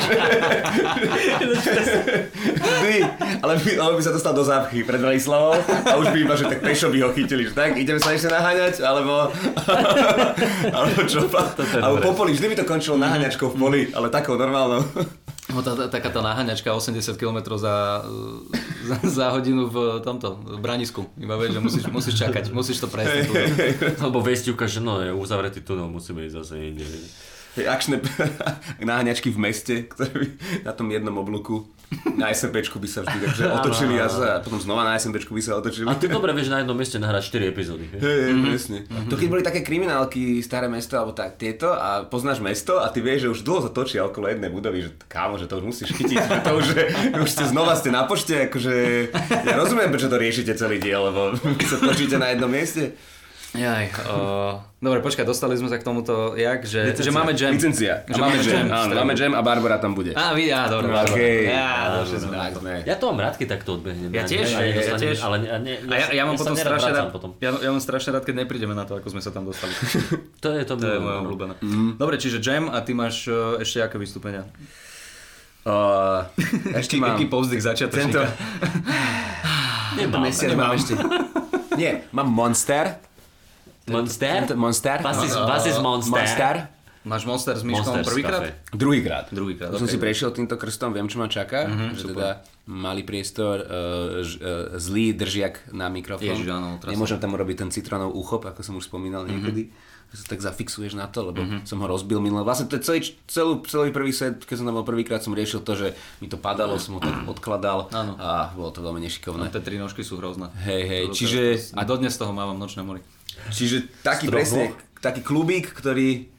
Vždy, ale by sa dostal do zápchy pred Bratislavou a už by iba, že tak pešo by ho chytili, že tak, ideme sa ešte naháňať, alebo čo, alebo po poli, vždy by to končilo naháňačkou v poli, ale takou normálnou. Taká tá naháňačka 80 km za hodinu v Branisku. Iba vieš, že musíš čakať, musíš to prejsť. Alebo vestivka, že je uzavretý tunel, musíme ísť zase inde. Akčné naháňačky v meste, ktoré na tom jednom oblúku na SMPčku by sa vždy takže otočili a potom znova na SMPčku by sa otočili. A ty dobre vieš na jednom mieste nahrať 4 epizódy. Presne. To keď boli také kriminálky, Staré mesto alebo tak tieto a poznáš mesto a ty vieš, že už dlho sa točia okolo jednej budovy, že kámo, že to už musíš chytiť, že to už ste na pošte, akože ja rozumiem, prečo to riešite celý diel, lebo keď sa točíte na jednom mieste. Dobre, počkaj, dostali sme sa k tomuto, že máme jam. Licencia. Že máme jam. Áno, máme jam a Barbara tam bude. Dobre. Okay. Došli sme na to. Ja to mám rád, keď takto odbehnem. Ja tiež. Ale ja mám potom strašne rád, ja mám strašne rád, keď neprídeme na to, ako sme sa tam dostali. To je moje obľúbené. Dobre, čiže jam a ty máš ešte aké vystúpenia? Ešte mám... Aký povzdych začiatočníka? Nemám ešte. Nie, mám Monster. Monster? Was is Monster? Monster. Máš Monster s Myškom prvýkrát? Druhýkrát. Okay. Som si prešiel týmto krstom, viem, čo ma čaká. Že teda malý priestor, zlý držiak na mikrofón. Ježiš, áno, nemôžem tam urobiť ten citrónov úchop, ako som už spomínal niekedy. Že sa tak zafixuješ na to, lebo som ho rozbil minulé. Vlastne to je celý prvý set, keď som tam bol prvýkrát, som riešil to, že mi to padalo, som ho tak odkladal a bolo to veľmi nešikovné. Tie 3 nožky sú hrozné. Hej, čiže... A dodnes toho mávam nočné mori. Čiže taký klubík, ktorý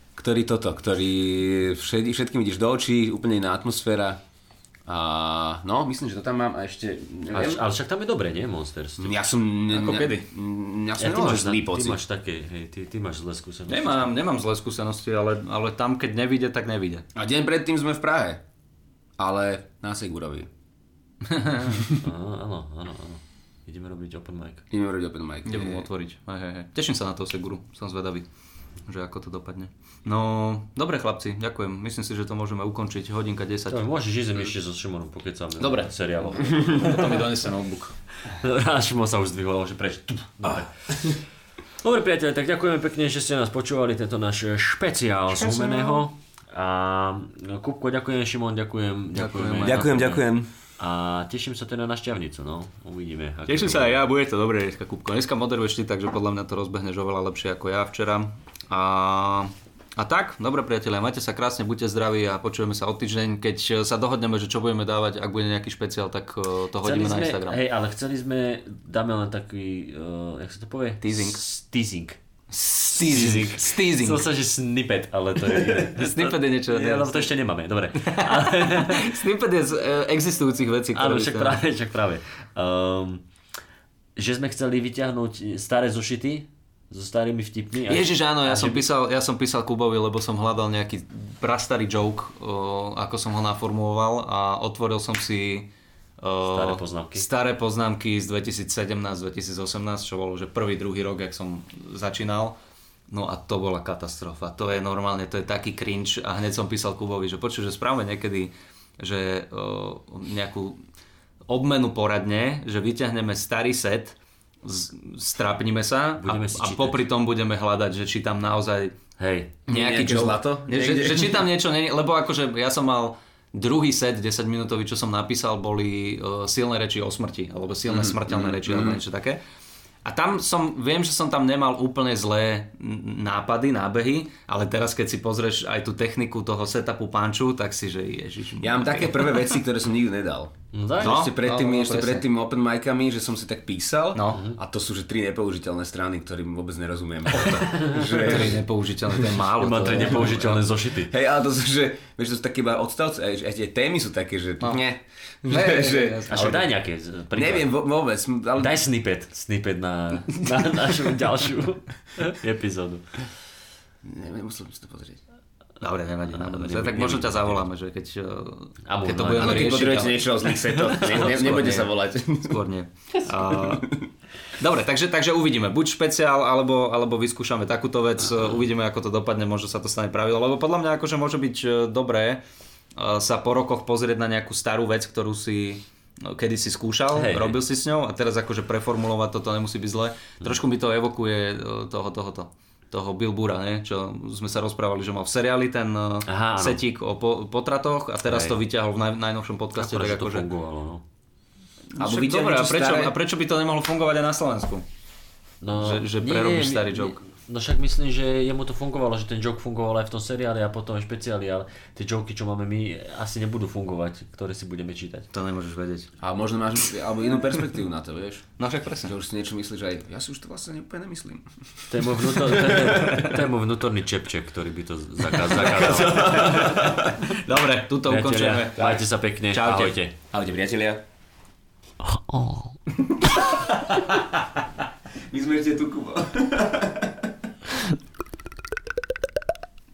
všetkým ideš do očí, úplne iná atmosféra. A no, myslím, že to tam mám a ešte... Ale však tam je dobre, nie, Monster? Ja som... Ako kedy? Ja som nemal zlý pocit. Ty máš také, ty máš zlé skúsenosti. Nemám zlé skúsenosti, ale tam, keď nevíde, tak nevíde. A deň predtým sme v Prahe. Ale na Segurovi. Áno. Ideme robiť open mic. Ideme mu otvoriť. Hej. Teším sa na to Seguru, som zvedavý, že ako to dopadne. No, dobre chlapci, ďakujem. Myslím si, že to môžeme ukončiť. 1:10. Môžeš ísť ešte so Šimonom, pokecáme. Dobre. Seriálom. Potom mi donese notebook. A Šimon sa už zdvihol, že prečo. Dobre priateľe, tak ďakujeme pekne, že ste nás počúvali, tento náš špeciál z Humeného. A Kupko, ďakujem, Šimon, ďakujem. Ďakujem. A teším sa teda na šťavnicu, no. Uvidíme. Teším sa aj ja, bude to dobré dneska, Kupko. Dneska moderuješ ty, takže podľa mňa to rozbehneš oveľa lepšie ako ja včera. A tak, dobre priatelia, majte sa krásne, buďte zdraví a počujeme sa o týždeň. Keď sa dohodneme, že čo budeme dávať, ak bude nejaký špeciál, tak to hodíme na Instagram. Hej, ale chceli sme, dáme len taký, jak sa to povie? Teasing. Chcel sa, že snippet, ale to je iné. Snippet je niečo. Lebo to ešte nemáme, dobre. Snippet je z existujúcich vecí, ktoré... Áno, však práve. Že sme chceli vyťahnuť staré zošity so starými vtipmi. Ježiš, áno, ja som písal Kubovi, lebo som hľadal nejaký prastarý joke, ako som ho naformuloval a otvoril som si staré poznámky z 2017-2018, čo bolo že prvý, druhý rok, jak som začínal. No a to bola katastrofa. To je normálne, to je taký cringe a hneď som písal Kubovi, že počuj, že správame niekedy, že nejakú obmenu poradne, že vyťahneme starý set, strápnime sa a popri tom budeme hľadať, že či tam naozaj nejaký zlato? Že či tam niečo nie, lebo akože ja som mal druhý set 10 minútový, čo som napísal, boli silné reči o smrti, alebo silné smrteľné reči, alebo niečo také. A tam viem, že som tam nemal úplne zlé nápady, nábehy, ale teraz keď si pozrieš aj tú techniku toho setupu punchu, tak si, že ježiš. Ja mám také prvé veci, ktoré som nikdy nedal. Ešte pred tými open micami, že som si tak písal a to sú že 3 nepoužiteľné strany, ktorým vôbec nerozumiem. 3 nepoužiteľné, to je málo. Má 3 nepoužiteľné zošity. Hej, ale to sú, že vieš, to sú také iba odstavce, aj tie témy sú také, že nie. A čo daj nejaké príklad? Neviem vôbec. Ale... Daj snippet na našu ďalšiu epizódu. Nemusel by si to pozrieť. Dobre, nevadí. Tak možno ťa zavoláme, že keď to budeme riešiť. Keď potrebujete niečo o zlých setoch, nebudete sa volať. Skôr nie. Dobre, takže uvidíme. Buď špeciál, alebo vyskúšame takúto vec. Uvidíme, ako to dopadne, možno sa to stane pravidlo. Lebo podľa mňa akože môže byť dobré sa po rokoch pozrieť na nejakú starú vec, ktorú si kedy si skúšal, robil si s ňou a teraz akože preformulovať toto nemusí byť zle. Trošku mi to evokuje toho Bill Burra, ne? Čo sme sa rozprávali, že mal v seriáli ten setík o potratoch a teraz to vyťahol v najnovšom podcaste. Tak to fungovalo, no. Dobre, a prečo by to nemohlo fungovať aj na Slovensku? No, že prerobíš starý joke. No však myslím, že jemu to fungovalo, že ten joke fungoval aj v tom seriáli a potom aj špeciáli, ale tie joky, čo máme my, asi nebudú fungovať, ktoré si budeme čítať. To nemôžeš vedieť. A možno máš alebo inú perspektívu na to, vieš? No však presne. Že už si niečo myslíš aj, ja si už to vlastne úplne nemyslím. To je môj vnútorný čepček, ktorý by to zakázal. Dobre, tuto ukončujeme. Majte sa pekne. Čaute. Ahojte. Ahojte, priatelia. My sme ešte tu, Kubo.